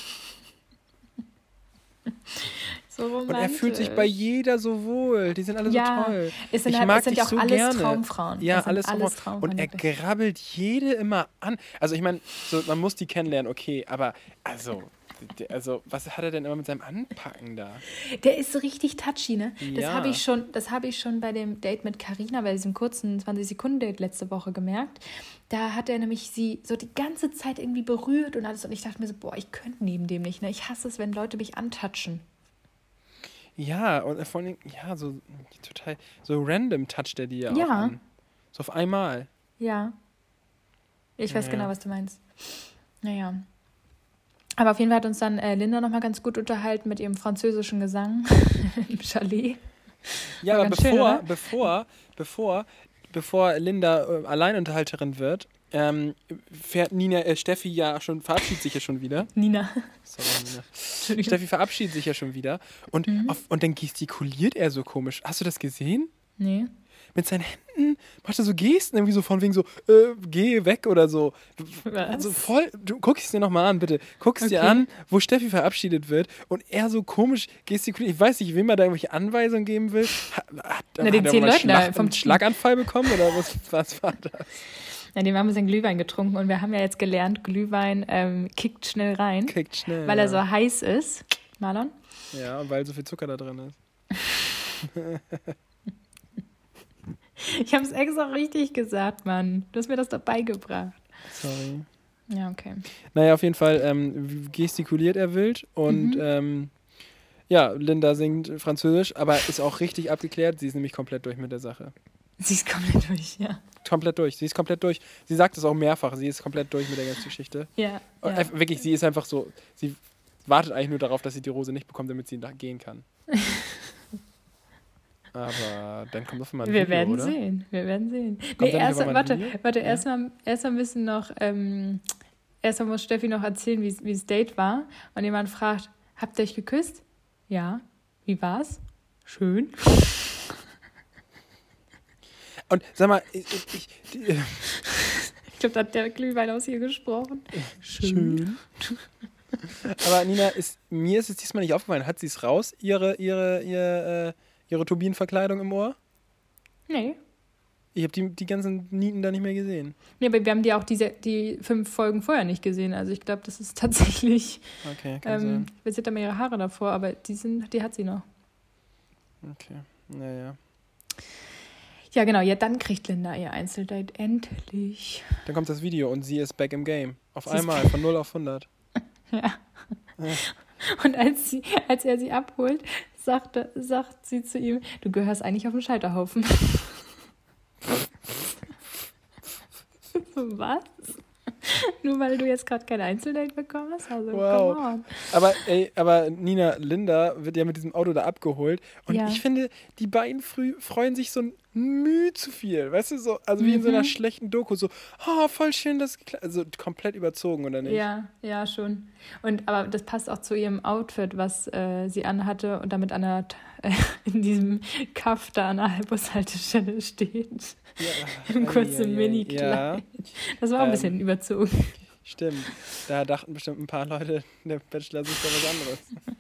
So romantisch. Und er fühlt sich bei jeder so wohl. Die sind alle Ja, so toll. Es sind, Ich halt, mag es sind dich ja auch so alles gerne. Traumfrauen. Ja, Es sind alles, alles Traumfrauen. Traumfrauen. Und er wirklich. grabbelt jede immer an. Also ich meine, so, man muss die kennenlernen, okay, aber also, d- also was hat er denn immer mit seinem Anpacken da? Der ist so richtig touchy, ne? Das Ja. habe ich schon, das habe ich schon bei dem Date mit Carina, bei diesem kurzen zwanzig-Sekunden-Date letzte Woche gemerkt. Da hat er nämlich sie so die ganze Zeit irgendwie berührt und alles. Und ich dachte mir so, boah, ich könnte neben dem nicht, ne? Ich hasse es, wenn Leute mich antatschen. Ja, und vor allem, ja, so total, so random toucht er die ja, Ja. auch an. So auf einmal. Ja. Ich weiß Ja. genau, was du meinst. Naja. Aber auf jeden Fall hat uns dann äh, Linda nochmal ganz gut unterhalten mit ihrem französischen Gesang im Chalet. Ja, War aber ganz schön, bevor, oder? bevor, bevor, bevor Linda äh, Alleinunterhalterin wird, ähm, fährt Nina, äh, Steffi ja schon, verabschiedet sich ja schon wieder. Nina. Sorry, Nina. Entschuldigung. Steffi verabschiedet sich ja schon wieder. Und, Mhm. auf, und dann gestikuliert er so komisch. Hast du das gesehen? Nee. Mit seinen Händen macht er so Gesten, irgendwie so von wegen so, äh, geh weg oder so. Was? Also voll, du guck es dir nochmal an, bitte. Guck es dir Okay. an, wo Steffi verabschiedet wird und er so komisch gestikuliert. Ich weiß nicht, wem er da irgendwelche Anweisungen geben will. Hat, hat, Na, den hat er zehn mal Leuten da Schlag, vom einen Schlaganfall bekommen oder was, was war das? Ja, dem haben wir ein Glühwein getrunken und wir haben ja jetzt gelernt, Glühwein ähm, kickt schnell rein, Kickt schnell. weil ja. er so heiß ist. Marlon? Ja, und weil so viel Zucker da drin ist. Ich habe es extra richtig gesagt, Mann. Du hast mir das doch beigebracht. Sorry. Ja, okay. Naja, auf jeden Fall ähm, gestikuliert er wild und Mhm. ähm, ja, Linda singt Französisch, aber ist auch richtig abgeklärt. Sie ist nämlich komplett durch mit der Sache. Sie ist komplett durch, ja. Komplett durch. Sie ist komplett durch. Sie sagt es auch mehrfach. Sie ist komplett durch mit der ganzen Geschichte. Ja, Und ja. einfach- Wirklich, sie ist einfach so, sie wartet eigentlich nur darauf, dass sie die Rose nicht bekommt, damit sie da gehen kann. Aber dann kommt auf einmal ein Wir Video, werden oder? sehen, wir werden sehen. Kommt Nee, da nicht erst, aber mal ein warte, Video? warte, Ja. erstmal erst müssen noch, ähm, erstmal muss Steffi noch erzählen, wie wie das Date war. Und jemand fragt, habt ihr euch geküsst? Ja. Wie war's? Schön. Und sag mal, ich, ich, ich, die, Ich glaube, da hat der Glühwein aus ihr gesprochen. schön. Aber Nina, ist, mir ist es diesmal nicht aufgefallen. Hat sie es raus, ihre, ihre, ihre, äh, ihre Turbinenverkleidung im Ohr? Nee. Ich habe die, die ganzen Nieten da nicht mehr gesehen. Nee, aber wir haben die auch diese, die fünf Folgen vorher nicht gesehen. Also ich glaube, das ist tatsächlich. Okay, kann Ähm, sein. sie hat immer ihre Haare davor, aber die sind, die hat sie noch. Okay, naja. Ja, genau. Ja, dann kriegt Linda ihr Einzeldate endlich. Dann kommt das Video und sie ist back im Game. Auf Sie ist einmal, von null auf hundert. Ja. Und als, sie, als er sie abholt, sagte, sagt sie zu ihm, du gehörst eigentlich auf den Scheiterhaufen. Was? Nur weil du jetzt gerade kein Einzeldate bekommen hast? Also, Wow. come on. Aber, ey, aber Nina, Linda wird ja mit diesem Auto da abgeholt. Und Ja. ich finde, die beiden früh freuen sich so ein Mühe zu viel. Weißt du, so, also wie in so einer Mhm. schlechten Doku, so, oh, voll schön, das gekla-" also komplett überzogen, oder nicht? Ja, ja, schon. Und aber das passt auch zu ihrem Outfit, was äh, sie anhatte und damit an der, äh, in diesem Kaff da an der Bushaltestelle steht. Ja, Im ei, kurzen ei, ei. Minikleid. Ja, Das war auch ein ähm, bisschen überzogen. stimmt. Da dachten bestimmt ein paar Leute, der Bachelor sucht da was anderes.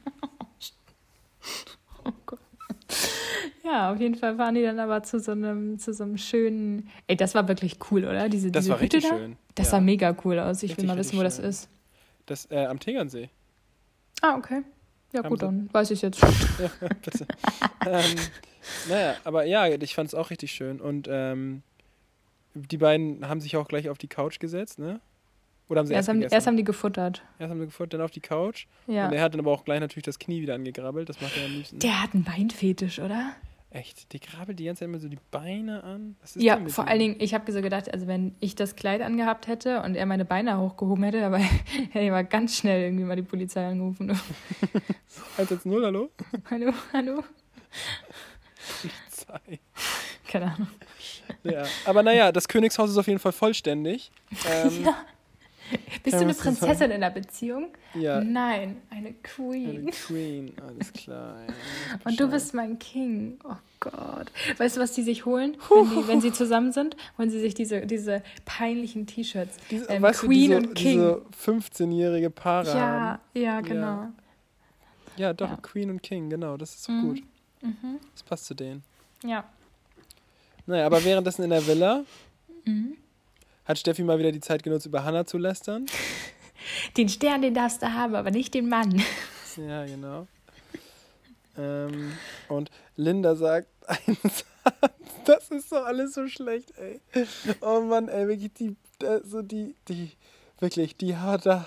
Oh Gott. Ja, auf jeden Fall waren die dann aber zu so einem, zu so einem schönen. Ey, das war wirklich cool, oder? Diese, Das diese war Hütte richtig da? schön. Das Ja. sah mega cool aus. Ich will Richtig, mal wissen, wo richtig das schön. ist. Das äh, am Tegernsee. Ah, okay. Ja, Haben gut, sie- dann weiß ich jetzt. Ja, bitte. ähm, naja, aber ja, ich fand es auch richtig schön. Und ähm, die beiden haben sich auch gleich auf die Couch gesetzt, ne? Oder haben sie erst, Erst haben, gegessen? erst haben die gefuttert. erst haben sie gefuttert, dann auf die Couch. Ja. Und er hat dann aber auch gleich natürlich das Knie wieder angegrabbelt. Das macht er am liebsten. Der hat einen Beinfetisch, oder? Echt, die grabbelt die ganze Zeit immer so die Beine an. Was ist Ja, denn mit vor dem? allen Dingen, ich habe so gedacht, also wenn ich das Kleid angehabt hätte und er meine Beine hochgehoben hätte, aber hätte ich mal ganz schnell irgendwie mal die Polizei angerufen. eins eins null, hallo? Hallo, hallo? Polizei. Keine Ahnung. Ja, aber naja, das Königshaus ist auf jeden Fall vollständig. Ähm, Ja. Bist Ja, du eine was das Prinzessin in der Beziehung? ja, Nein, eine eine Queen. Queen, alles klar. Ja, Und du Bescheid. bist mein King. Oh Gott. Weißt du, was die sich holen, wenn, die, wenn sie zusammen sind? Holen sie sich diese, diese peinlichen T-Shirts. Diese, ähm, weißt Queen du, diese, und King. diese fünfzehnjährige Paare Ja, haben. ja, genau. Ja, doch, Ja. Queen und King, genau, das ist so Mhm. gut. Mhm. Das passt zu denen. Ja. Naja, aber währenddessen in der Villa Mhm. hat Steffi mal wieder die Zeit genutzt, über Hannah zu lästern. Den Stern, den darfst du haben, aber nicht den Mann. Ja, genau. Ähm, und Linda sagt einen Satz, das ist doch alles so schlecht, ey. Oh Mann, ey, wirklich, die, so die, die, wirklich, die hat da.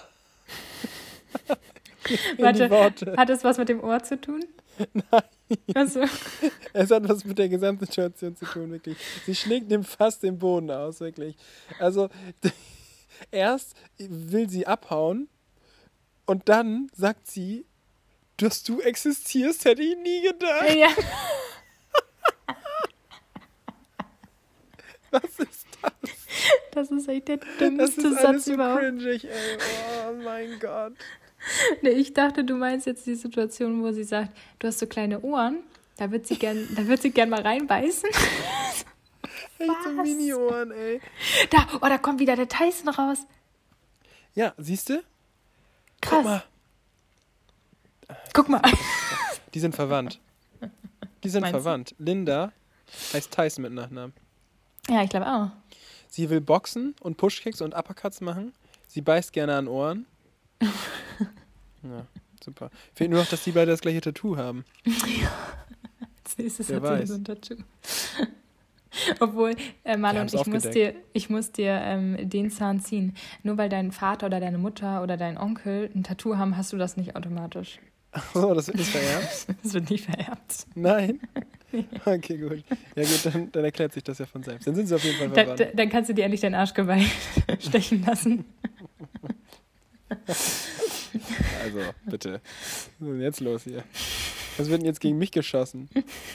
Die Warte, Worte. hat das was mit dem Ohr zu tun? Nein. Also, Es hat was mit der Gesamtsituation zu tun, wirklich. Sie schlägt ihm fast den Boden aus, wirklich. Also, erst will sie abhauen und dann sagt sie, dass du existierst, hätte ich nie gedacht. ja. Was ist das? Das ist echt der Das dümmste ist alles Satz so überhaupt. cringig, ey. Oh mein Gott. Nee, ich dachte, du meinst jetzt die Situation, wo sie sagt, du hast so kleine Ohren, da wird sie gern, da wird sie gern mal reinbeißen. Echt so Was? Mini-Ohren, ey. Da, oh, da kommt wieder der Tyson raus. Ja, siehst du? Krass. Guck mal, Guck mal. die sind verwandt. Die sind Meinst du? verwandt. Linda heißt Tyson mit Nachnamen. Ja, ich glaube auch. Sie will Boxen und Pushkicks und Uppercuts machen. Sie beißt gerne an Ohren. Ja, super. Fehlt nur noch, dass die beide das gleiche Tattoo haben. Als nächstes Wer hat sie weiß. so ein Tattoo. Obwohl, äh, Marlon, haben's ich muss aufgedeckt. dir, ich muss dir ähm, den Zahn ziehen. Nur weil dein Vater oder deine Mutter oder dein Onkel ein Tattoo haben, hast du das nicht automatisch. Achso, das wird nicht vererbt? Das wird nicht vererbt. Nein? Okay, gut. Ja gut, dann, dann erklärt sich das ja von selbst. Dann sind sie auf jeden Fall Da, verwandt. da, dann kannst du dir endlich dein Arschgeweih stechen lassen. Also, bitte. Was ist denn jetzt los hier? Was wird denn jetzt gegen mich geschossen?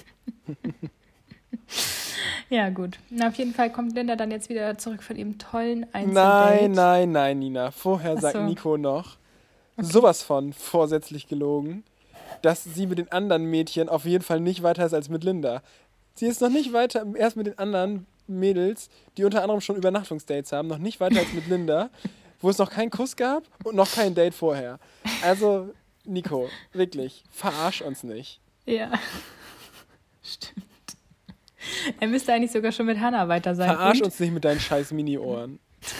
Ja, gut. Na, auf jeden Fall kommt Linda dann jetzt wieder zurück von ihrem tollen Einzeldate. Nein, nein, nein, Nina. Vorher Ach sagt so. Nico noch, sowas von vorsätzlich gelogen, dass sie mit den anderen Mädchen auf jeden Fall nicht weiter ist als mit Linda. Sie ist noch nicht weiter, erst mit den anderen Mädels, die unter anderem schon Übernachtungsdates haben, noch nicht weiter als mit Linda, wo es noch keinen Kuss gab und noch kein Date vorher. Also, Nico, wirklich, verarsch uns nicht. Ja. Stimmt. Er müsste eigentlich sogar schon mit Hannah weiter sein. Verarsch Und- uns nicht mit deinen scheiß Mini-Ohren.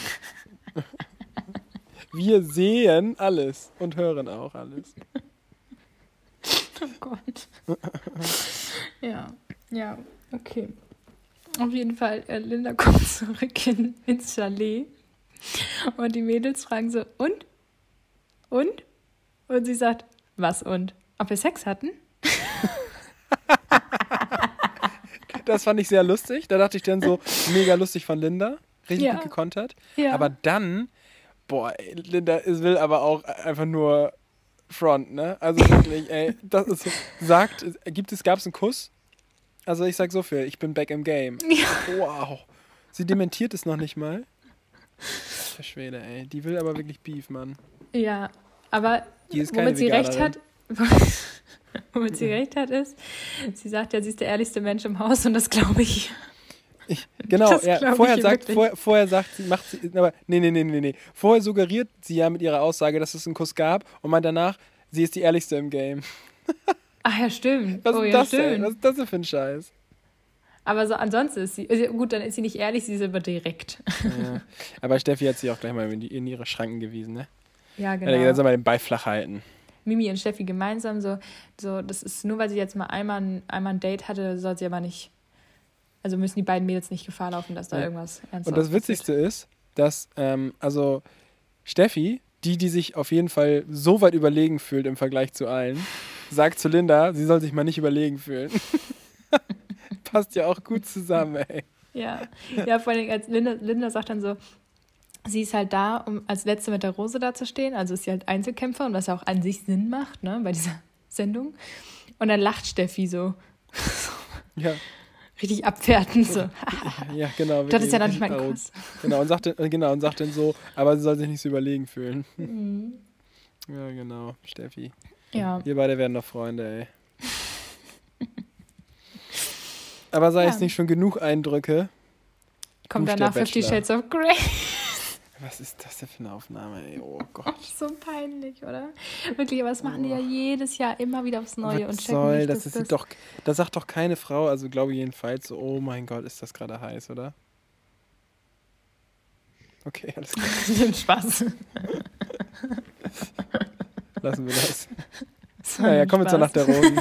Wir sehen alles und hören auch alles. Oh Gott. Ja, ja, okay. Auf jeden Fall, äh, Linda kommt zurück in, ins Chalet und die Mädels fragen so, und? Und? Und sie sagt, was und? Ob wir Sex hatten? Das fand ich sehr lustig. Da dachte ich dann so, mega lustig von Linda. Richtig Ja. gut gekontert. Ja. Aber dann, boah, ey, Linda es will aber auch einfach nur Front, ne? Also wirklich, ey, das ist so, sagt, gibt es, gab es einen Kuss? Also ich sag so viel, ich bin back im Game. Ja. Wow. Sie dementiert es noch nicht mal. Der Schwede, ey. Die will aber wirklich Beef, Mann. Ja, aber Die ist keine womit sie recht Veganerin. hat, womit sie recht hat, ist, sie sagt ja, sie ist der ehrlichste Mensch im Haus und das glaube ich. Ich, genau, Das ja, glaub vorher ich sagt, wirklich. vorher, vorher sagt sie, macht sie, aber nee, nee, nee, nee, nee. Vorher suggeriert sie ja mit ihrer Aussage, dass es einen Kuss gab und meint danach, sie ist die ehrlichste im Game. Ach ja, stimmt. Was oh, ist ja, das denn? stimmt. Was ist das denn für ein Scheiß? Aber so ansonsten ist sie, also gut, dann ist sie nicht ehrlich, sie ist aber direkt. Ja. Aber Steffi hat sich auch gleich mal in, die, in ihre Schranken gewiesen, ne? Ja, Ja, dann genau. soll man den Ball flach halten. Mimi und Steffi gemeinsam so, so, das ist nur, weil sie jetzt mal einmal ein, einmal ein Date hatte, soll sie aber nicht, also müssen die beiden Mädels nicht Gefahr laufen, dass da Ja. irgendwas ernst Und das Witzigste ist, dass, ähm, also Steffi, die, die sich auf jeden Fall so weit überlegen fühlt im Vergleich zu allen, sagt zu Linda, sie soll sich mal nicht überlegen fühlen. Passt ja auch gut zusammen, ey. Ja, ja, vor allem als Linda, Linda sagt dann so, sie ist halt da, um als Letzte mit der Rose dazustehen, also ist sie halt Einzelkämpfer und was ja auch an sich Sinn macht, ne, bei dieser Sendung. Und dann lacht Steffi so, Ja, richtig abwertend so. ja genau. Das ist ja noch nicht wirklich mal ein arrogant. Kuss. Genau, und sagt, dann- äh, genau, und sagt dann so, aber sie soll sich nicht so überlegen fühlen. Mhm. Ja, genau, Steffi. Ja, Wir beide werden noch Freunde, ey. Aber sei Ja. es nicht schon genug Eindrücke. kommt Duscht danach der Fifty Bachelor. Shades of Grey. Was ist das denn für eine Aufnahme, ey? Oh Gott. So peinlich, oder? Wirklich, aber das machen die ja jedes Jahr immer wieder aufs Neue und Was checken soll nicht, das? dass Das das... sieht doch, da sagt doch keine Frau, also glaube ich jedenfalls so, oh mein Gott, ist das gerade heiß, oder? Okay, alles klar, Spaß. lassen wir das. Das war Naja, nur kommen wir zur Spaß. Nacht der Rosen.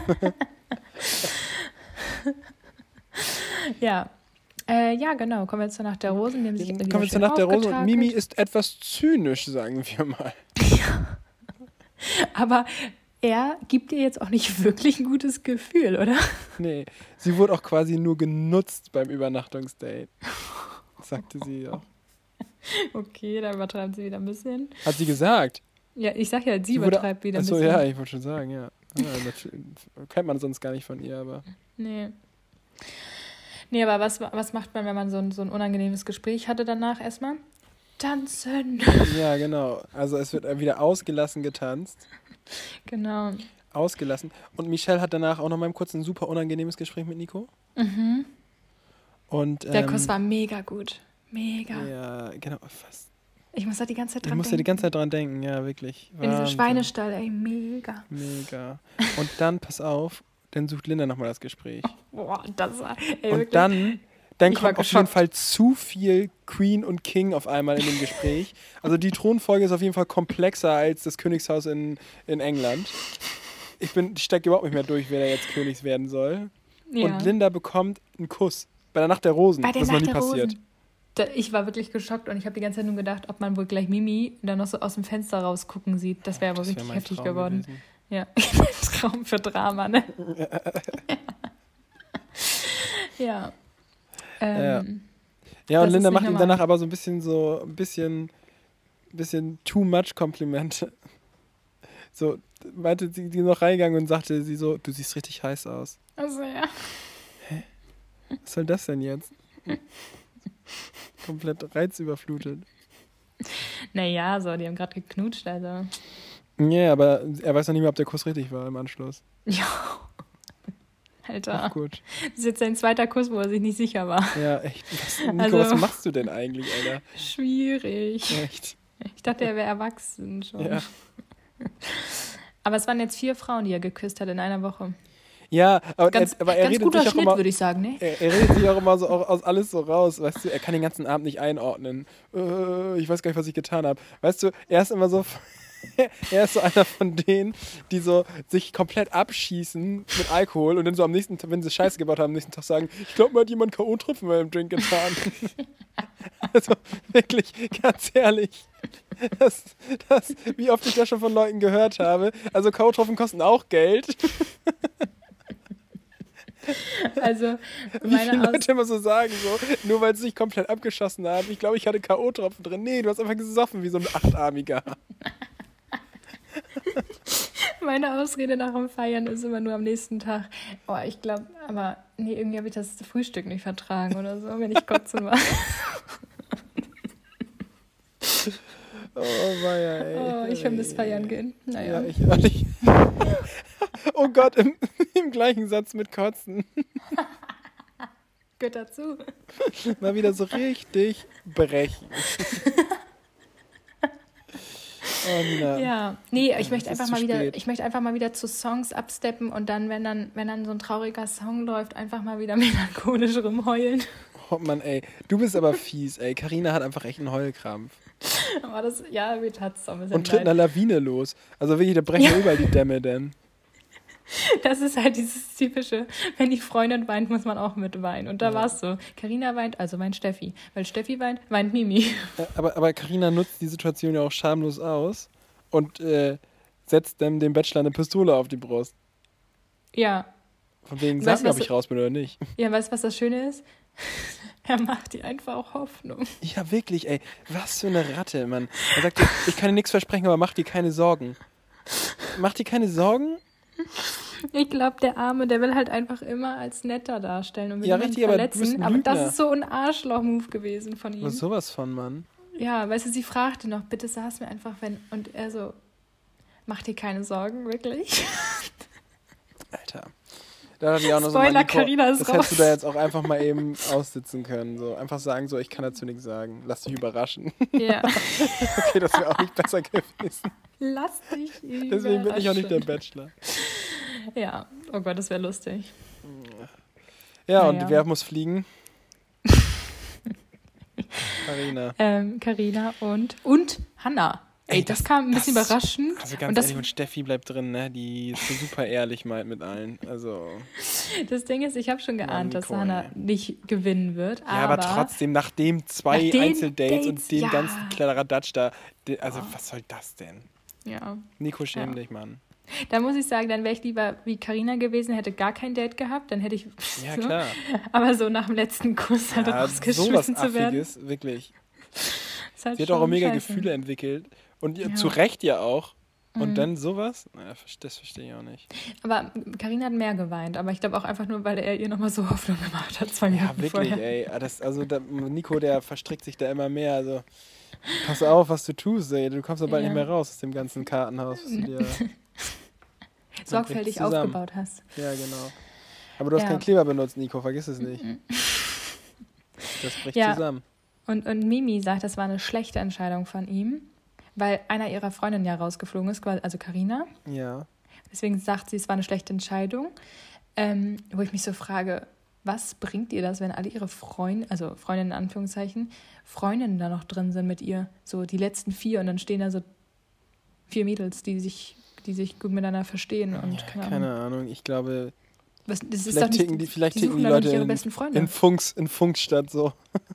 Ja. Äh, ja, genau. Kommen wir zur Nacht der Rosen. Die haben sich wieder Kommen wir zur schön Nacht der Rosen und aufgetakelt. Mimi ist etwas zynisch, sagen wir mal. Aber er gibt dir jetzt auch nicht wirklich ein gutes Gefühl, oder? Nee, sie wurde auch quasi nur genutzt beim Übernachtungsdate. Sagte sie auch. Okay, da übertreibt sie wieder ein bisschen. Hat sie gesagt. Ja, ich sag ja, sie, Sie wurde- übertreibt wieder ein Achso, bisschen. ja, ich wollte schon sagen, ja. ja natürlich, kennt man sonst gar nicht von ihr, aber. Nee. Nee, aber was, was macht man, wenn man so ein, so ein unangenehmes Gespräch hatte danach erstmal? Tanzen. Ja, genau. Also es wird wieder ausgelassen getanzt. Genau. Ausgelassen. Und Michelle hat danach auch noch mal kurz ein super unangenehmes Gespräch mit Nico. Mhm. Und, Der ähm, Kuss war mega gut. Mega. Ja, genau. Fast. Ich muss da die ganze Zeit Ich dran muss ja die denken. ganze Zeit dran denken, ja, wirklich. In diesem Wahnsinn. Schweinestall, ey, mega. Mega. Und dann, pass auf, dann sucht Linda nochmal das Gespräch. Boah, das war, ey, Und wirklich. dann, dann Ich war kommt auf jeden geschockt. Fall zu viel Queen und King auf einmal in dem Gespräch. Also die Thronfolge ist auf jeden Fall komplexer als das Königshaus in, in England. Ich bin, ich stecke überhaupt nicht mehr durch, wer da jetzt Königs werden soll. Ja. Und Linda bekommt einen Kuss. Bei der Nacht der Rosen. Bei der das ist noch Nacht nie der passiert. Rosen. Da, ich war wirklich geschockt und ich habe die ganze Zeit nur gedacht, ob man wohl gleich Mimi dann noch so aus dem Fenster rausgucken sieht. Das wäre aber Das wär richtig mein heftig Traum geworden. gewesen. Ja, Traum für Drama, ne? Ja. Ähm, Ja, und Das Linda ist nicht macht ihm normal. danach aber so ein bisschen so, ein bisschen, bisschen too much Komplimente. So, meinte sie, die noch reingegangen und sagte sie so, du siehst richtig heiß aus. Also ja. Was soll das denn jetzt? Komplett reizüberflutet. Naja, so, die haben gerade geknutscht, also. Ja, aber er weiß noch nicht mehr, ob der Kuss richtig war im Anschluss. Ja. Ach, Alter. gut. Das ist jetzt sein zweiter Kuss, wo er sich nicht sicher war. Ja, echt. Was, Nico, Also- was machst du denn eigentlich, Alter? Schwierig. Echt. Ich dachte, er wäre erwachsen schon. Ja. Aber es waren jetzt vier Frauen, die er geküsst hat in einer Woche. Ja, aber, Ganz, er, aber er ganz redet guter sich auch Schnitt, immer, würde ich sagen, ne? er, er redet sich auch immer so auch aus alles so raus, weißt du, er kann den ganzen Abend nicht einordnen. Äh, ich weiß gar nicht, was ich getan habe. Weißt du, er ist immer so, er ist so einer von denen, die so sich komplett abschießen mit Alkohol und dann so am nächsten Tag, wenn sie Scheiße gebaut haben, am nächsten Tag sagen, ich glaube, mir hat jemand K O-Tropfen bei dem Drink getan. Also wirklich, ganz ehrlich. Das, das, wie oft ich das schon von Leuten gehört habe. Also K O-Tropfen kosten auch Geld. Also, Wie viele meine Aus Leute immer so sagen, so, nur weil sie sich komplett abgeschossen haben. Ich glaube, ich hatte K O-Tropfen drin. Nee, du hast einfach gesoffen wie so ein Achtarmiger. Meine Ausrede nach dem Feiern ist immer nur am nächsten Tag. Oh, ich glaube, aber nee, irgendwie habe ich das Frühstück nicht vertragen oder so, wenn ich kotzen war. Oh, weia, ey. Oh, ich vermisse Feiern gehen. Naja. Ja, ich auch nicht. Oh Gott, im, im gleichen Satz mit Kotzen. Gehört dazu. Mal wieder so richtig brechen. Oh, Nina. Ja, nee, ich möchte Es ist einfach zu mal wieder, spät. ich möchte einfach mal wieder zu Songs absteppen und dann, wenn dann, wenn dann so ein trauriger Song läuft, einfach mal wieder melancholisch rumheulen. Oh Mann, ey. Du bist aber fies, ey. Carina hat einfach echt einen Heulkrampf. Aber das, ja, mir tat es auch ein bisschen Und tritt leid. eine Lawine los. Also wirklich, da brechen ja überall die Dämme denn. Das ist halt dieses typische, wenn die Freundin weint, muss man auch mit weinen. Und da Ja. war es so. Carina weint, also weint Steffi. Weil Steffi weint, weint Mimi. Äh, Aber, aber Carina nutzt die Situation ja auch schamlos aus und äh, setzt dem, dem Bachelor eine Pistole auf die Brust. Ja, Von wegen, Weißt sag du, mir, was ob ich so- raus bin oder nicht. ja, weißt du, was das Schöne ist? Er macht dir einfach auch Hoffnung. Ja, wirklich, ey. Was für eine Ratte, Mann. Er sagt dir, ich kann dir nichts versprechen, aber mach dir keine Sorgen. Mach dir keine Sorgen? Ich glaube, der Arme, der will halt einfach immer als netter darstellen und will Ja, niemanden richtig, aber du bist verletzen. ein Aber das Lügner. ist so ein Arschloch-Move gewesen von ihm. Was sowas von, Mann. Ja, weißt du, sie fragte noch, bitte sag's mir einfach, wenn. Und er so, mach dir keine Sorgen, wirklich. Alter. Da dachte ich auch noch Spoiler, so, Mann, Nico, Carina ist das hättest du da raus. jetzt auch einfach mal eben aussitzen können. So. Einfach sagen, so, ich kann dazu nichts sagen. Lass dich überraschen. Ja. Okay, das wäre auch nicht besser gewesen. Lass dich überraschen. Deswegen bin ich auch nicht der Bachelor. Ja, oh Gott, das wäre lustig. Ja, Naja. und wer muss fliegen? Carina. Ähm, Carina und, und Hanna. Ey, Ey, das, das- kam ein bisschen das- überraschend. Also ganz Und das, ehrlich, und Steffi bleibt drin, ne? Die ist so super ehrlich meint mit allen. Also. das Ding ist, ich habe schon geahnt, dass Nico, Hanna ey. nicht gewinnen wird. Ja, aber, aber trotzdem, nach dem zwei Nach den Einzeldates Dates, und dem ja. ganzen Kladderadatsch da. de- Also, Ja. was soll das denn? Ja. Nico, schäm Ja. dich, Mann. Da muss ich sagen, dann wäre ich lieber wie Carina gewesen, hätte gar kein Date gehabt, dann hätte ich. Ja, so. klar. Aber so nach dem letzten Kuss halt Ja, sowas rausgeschmissen zu werden. Affiges, wirklich. Ist halt Sie hat auch schon mega scheiße. Gefühle entwickelt. Und Ja. zu Recht ja auch. Und Mhm. dann sowas? Naja, das verstehe ich auch nicht. Aber Carina hat mehr geweint, aber ich glaube auch einfach nur, weil er ihr nochmal so Hoffnung gemacht hat, zwei Ja, Minuten wirklich, vorher. ey. Ah, Das, also, da, Nico, der verstrickt sich da immer mehr. Also, pass auf, was du tust, ey. Du kommst da bald Ja. nicht mehr raus aus dem ganzen Kartenhaus. Was du dir, Sorgfältig zusammen. aufgebaut hast. ja, genau. Aber du hast Ja. keinen Kleber benutzt, Nico. Vergiss es nicht. Das bricht Ja. zusammen. Und, und Mimi sagt, das war eine schlechte Entscheidung von ihm, weil einer ihrer Freundinnen ja rausgeflogen ist, quasi- also Carina. Ja. Deswegen sagt sie, es war eine schlechte Entscheidung. Ähm, wo ich mich so frage, was bringt ihr das, wenn alle ihre Freunde, also Freundinnen in Anführungszeichen, Freundinnen da noch drin sind mit ihr? So die letzten vier und dann stehen da so vier Mädels, die sich, die sich gut miteinander verstehen. Und Ja, keine Ahnung. keine Ahnung. Ich glaube, Was, das ist vielleicht doch nicht, ticken die, vielleicht die ticken suchen die doch Leute nicht ihre in, besten Freunde. in, Funks, in Funkstadt so.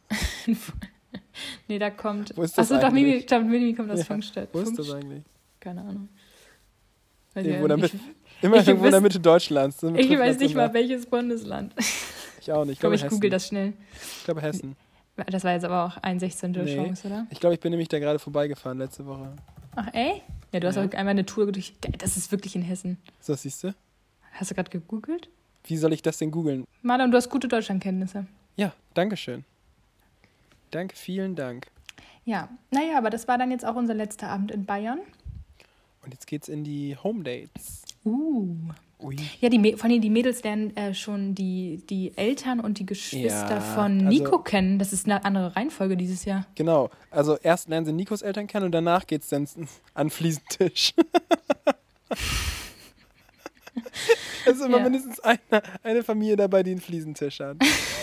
Nee, da kommt. Wo ist das Achso, doch, Mimi, eigentlich? ich glaube, Mimi kommt aus Ja, Funkstadt. Wo ist Funkst- das eigentlich? Keine Ahnung. Weiß Irgendwo ich in der nicht. Mitte, immer ich irgendwo in der wüs- Mitte Deutschlands. So Ich trifft weiß man's nicht immer. mal, welches Bundesland. Ich auch nicht. Ich Komm, glaube, ich Hessen. google das schnell. Ich glaube Hessen. Das war jetzt aber auch ein Sechzehntel Nee. Chance, oder? Ich glaube, ich bin nämlich da gerade vorbeigefahren letzte Woche. Ach, ey? Ja, du hast Ja. auch einmal eine Tour durch. Das ist wirklich in Hessen. So, siehst du? Hast du gerade gegoogelt? Wie soll ich das denn googeln? Madam, du hast gute Deutschlandkenntnisse. Ja, danke schön. Danke, vielen Dank. Ja, naja, aber das war dann jetzt auch unser letzter Abend in Bayern. Und jetzt geht's in die Home Dates. Uh. Ui. Ja, die, Mä- vor allem die Mädels lernen äh, schon die, die Eltern und die Geschwister Ja, von also- Nico kennen. Das ist eine andere Reihenfolge dieses Jahr. Genau. Also erst lernen sie Nikos Eltern kennen und danach geht's dann an den Fliesentisch. Es ist immer Ja. mindestens eine, eine Familie dabei, die einen Fliesentisch hat.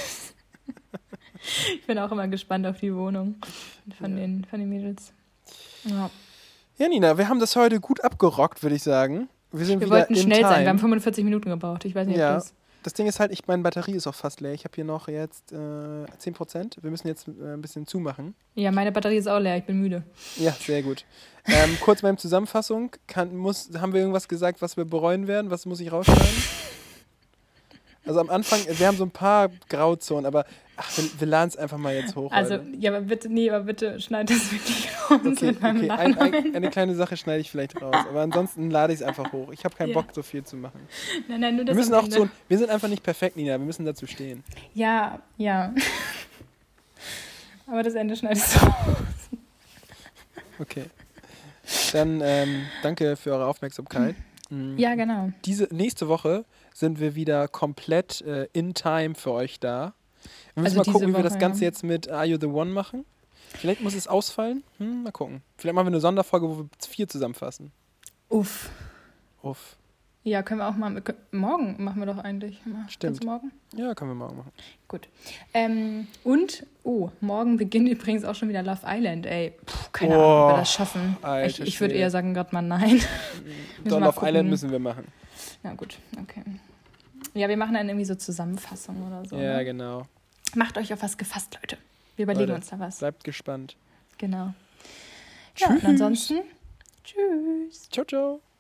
Ich bin auch immer gespannt auf die Wohnung von, Ja. den, von den Mädels. Ja. Ja, Nina, wir haben das heute gut abgerockt, würde ich sagen. Wir sind Wir wieder wollten in schnell time. sein. Wir haben fünfundvierzig Minuten gebraucht. Ich weiß nicht, Ja. ob das... Das Ding ist halt, ich, meine Batterie ist auch fast leer. Ich habe hier noch jetzt äh, zehn Prozent. Wir müssen jetzt äh, ein bisschen zumachen. Ja, meine Batterie ist auch leer. Ich bin müde. Ja, sehr gut. Ähm, kurz mal in Zusammenfassung. Kann, muss, haben wir irgendwas gesagt, was wir bereuen werden? Was muss ich rausschneiden? Also am Anfang, wir haben so ein paar Grauzonen, aber Ach, wir, wir laden es einfach mal jetzt hoch. Also, Leute. ja, aber bitte, nee, aber bitte schneid das wirklich raus Okay, mit meinem okay. Lachen. Ein, ein, eine kleine Sache schneide ich vielleicht raus, aber ansonsten lade ich es einfach hoch. Ich habe keinen Ja. Bock, so viel zu machen. Nein, nein, nur Wir das müssen am auch Ende. so, wir sind einfach nicht perfekt, Nina, wir müssen dazu stehen. Ja, ja. Aber das Ende schneidest du raus. Okay. Dann ähm, danke für eure Aufmerksamkeit. Mhm. Ja, genau. Diese nächste Woche sind wir wieder komplett äh, in time für euch da. Wir müssen Also mal diese gucken, wie wir Woche, das Ganze ja. jetzt mit Are You the One machen. Vielleicht muss es ausfallen. Hm, mal gucken. Vielleicht machen wir eine Sonderfolge, wo wir vier zusammenfassen. Uff. Uff. Ja, können wir auch mal. wir können- Morgen machen wir doch eigentlich. Mal. Stimmt. Kannst du morgen? Ja, können wir morgen machen. Gut. Ähm, und, oh, morgen beginnt übrigens auch schon wieder Love Island, ey. Puh, keine Ahnung, ob wir das schaffen. Alter Ich, ich würde Schwede. eher sagen, gerade mal nein. wir Doch, mal auf gucken. Island müssen wir machen. Na gut, okay. Ja, wir machen dann irgendwie so Zusammenfassungen oder so. Ja, ne? genau. Macht euch auf was gefasst, Leute. Wir überlegen Leute, uns da was. Bleibt gespannt. Genau. Ja, und ansonsten, tschüss. Ciao, ciao.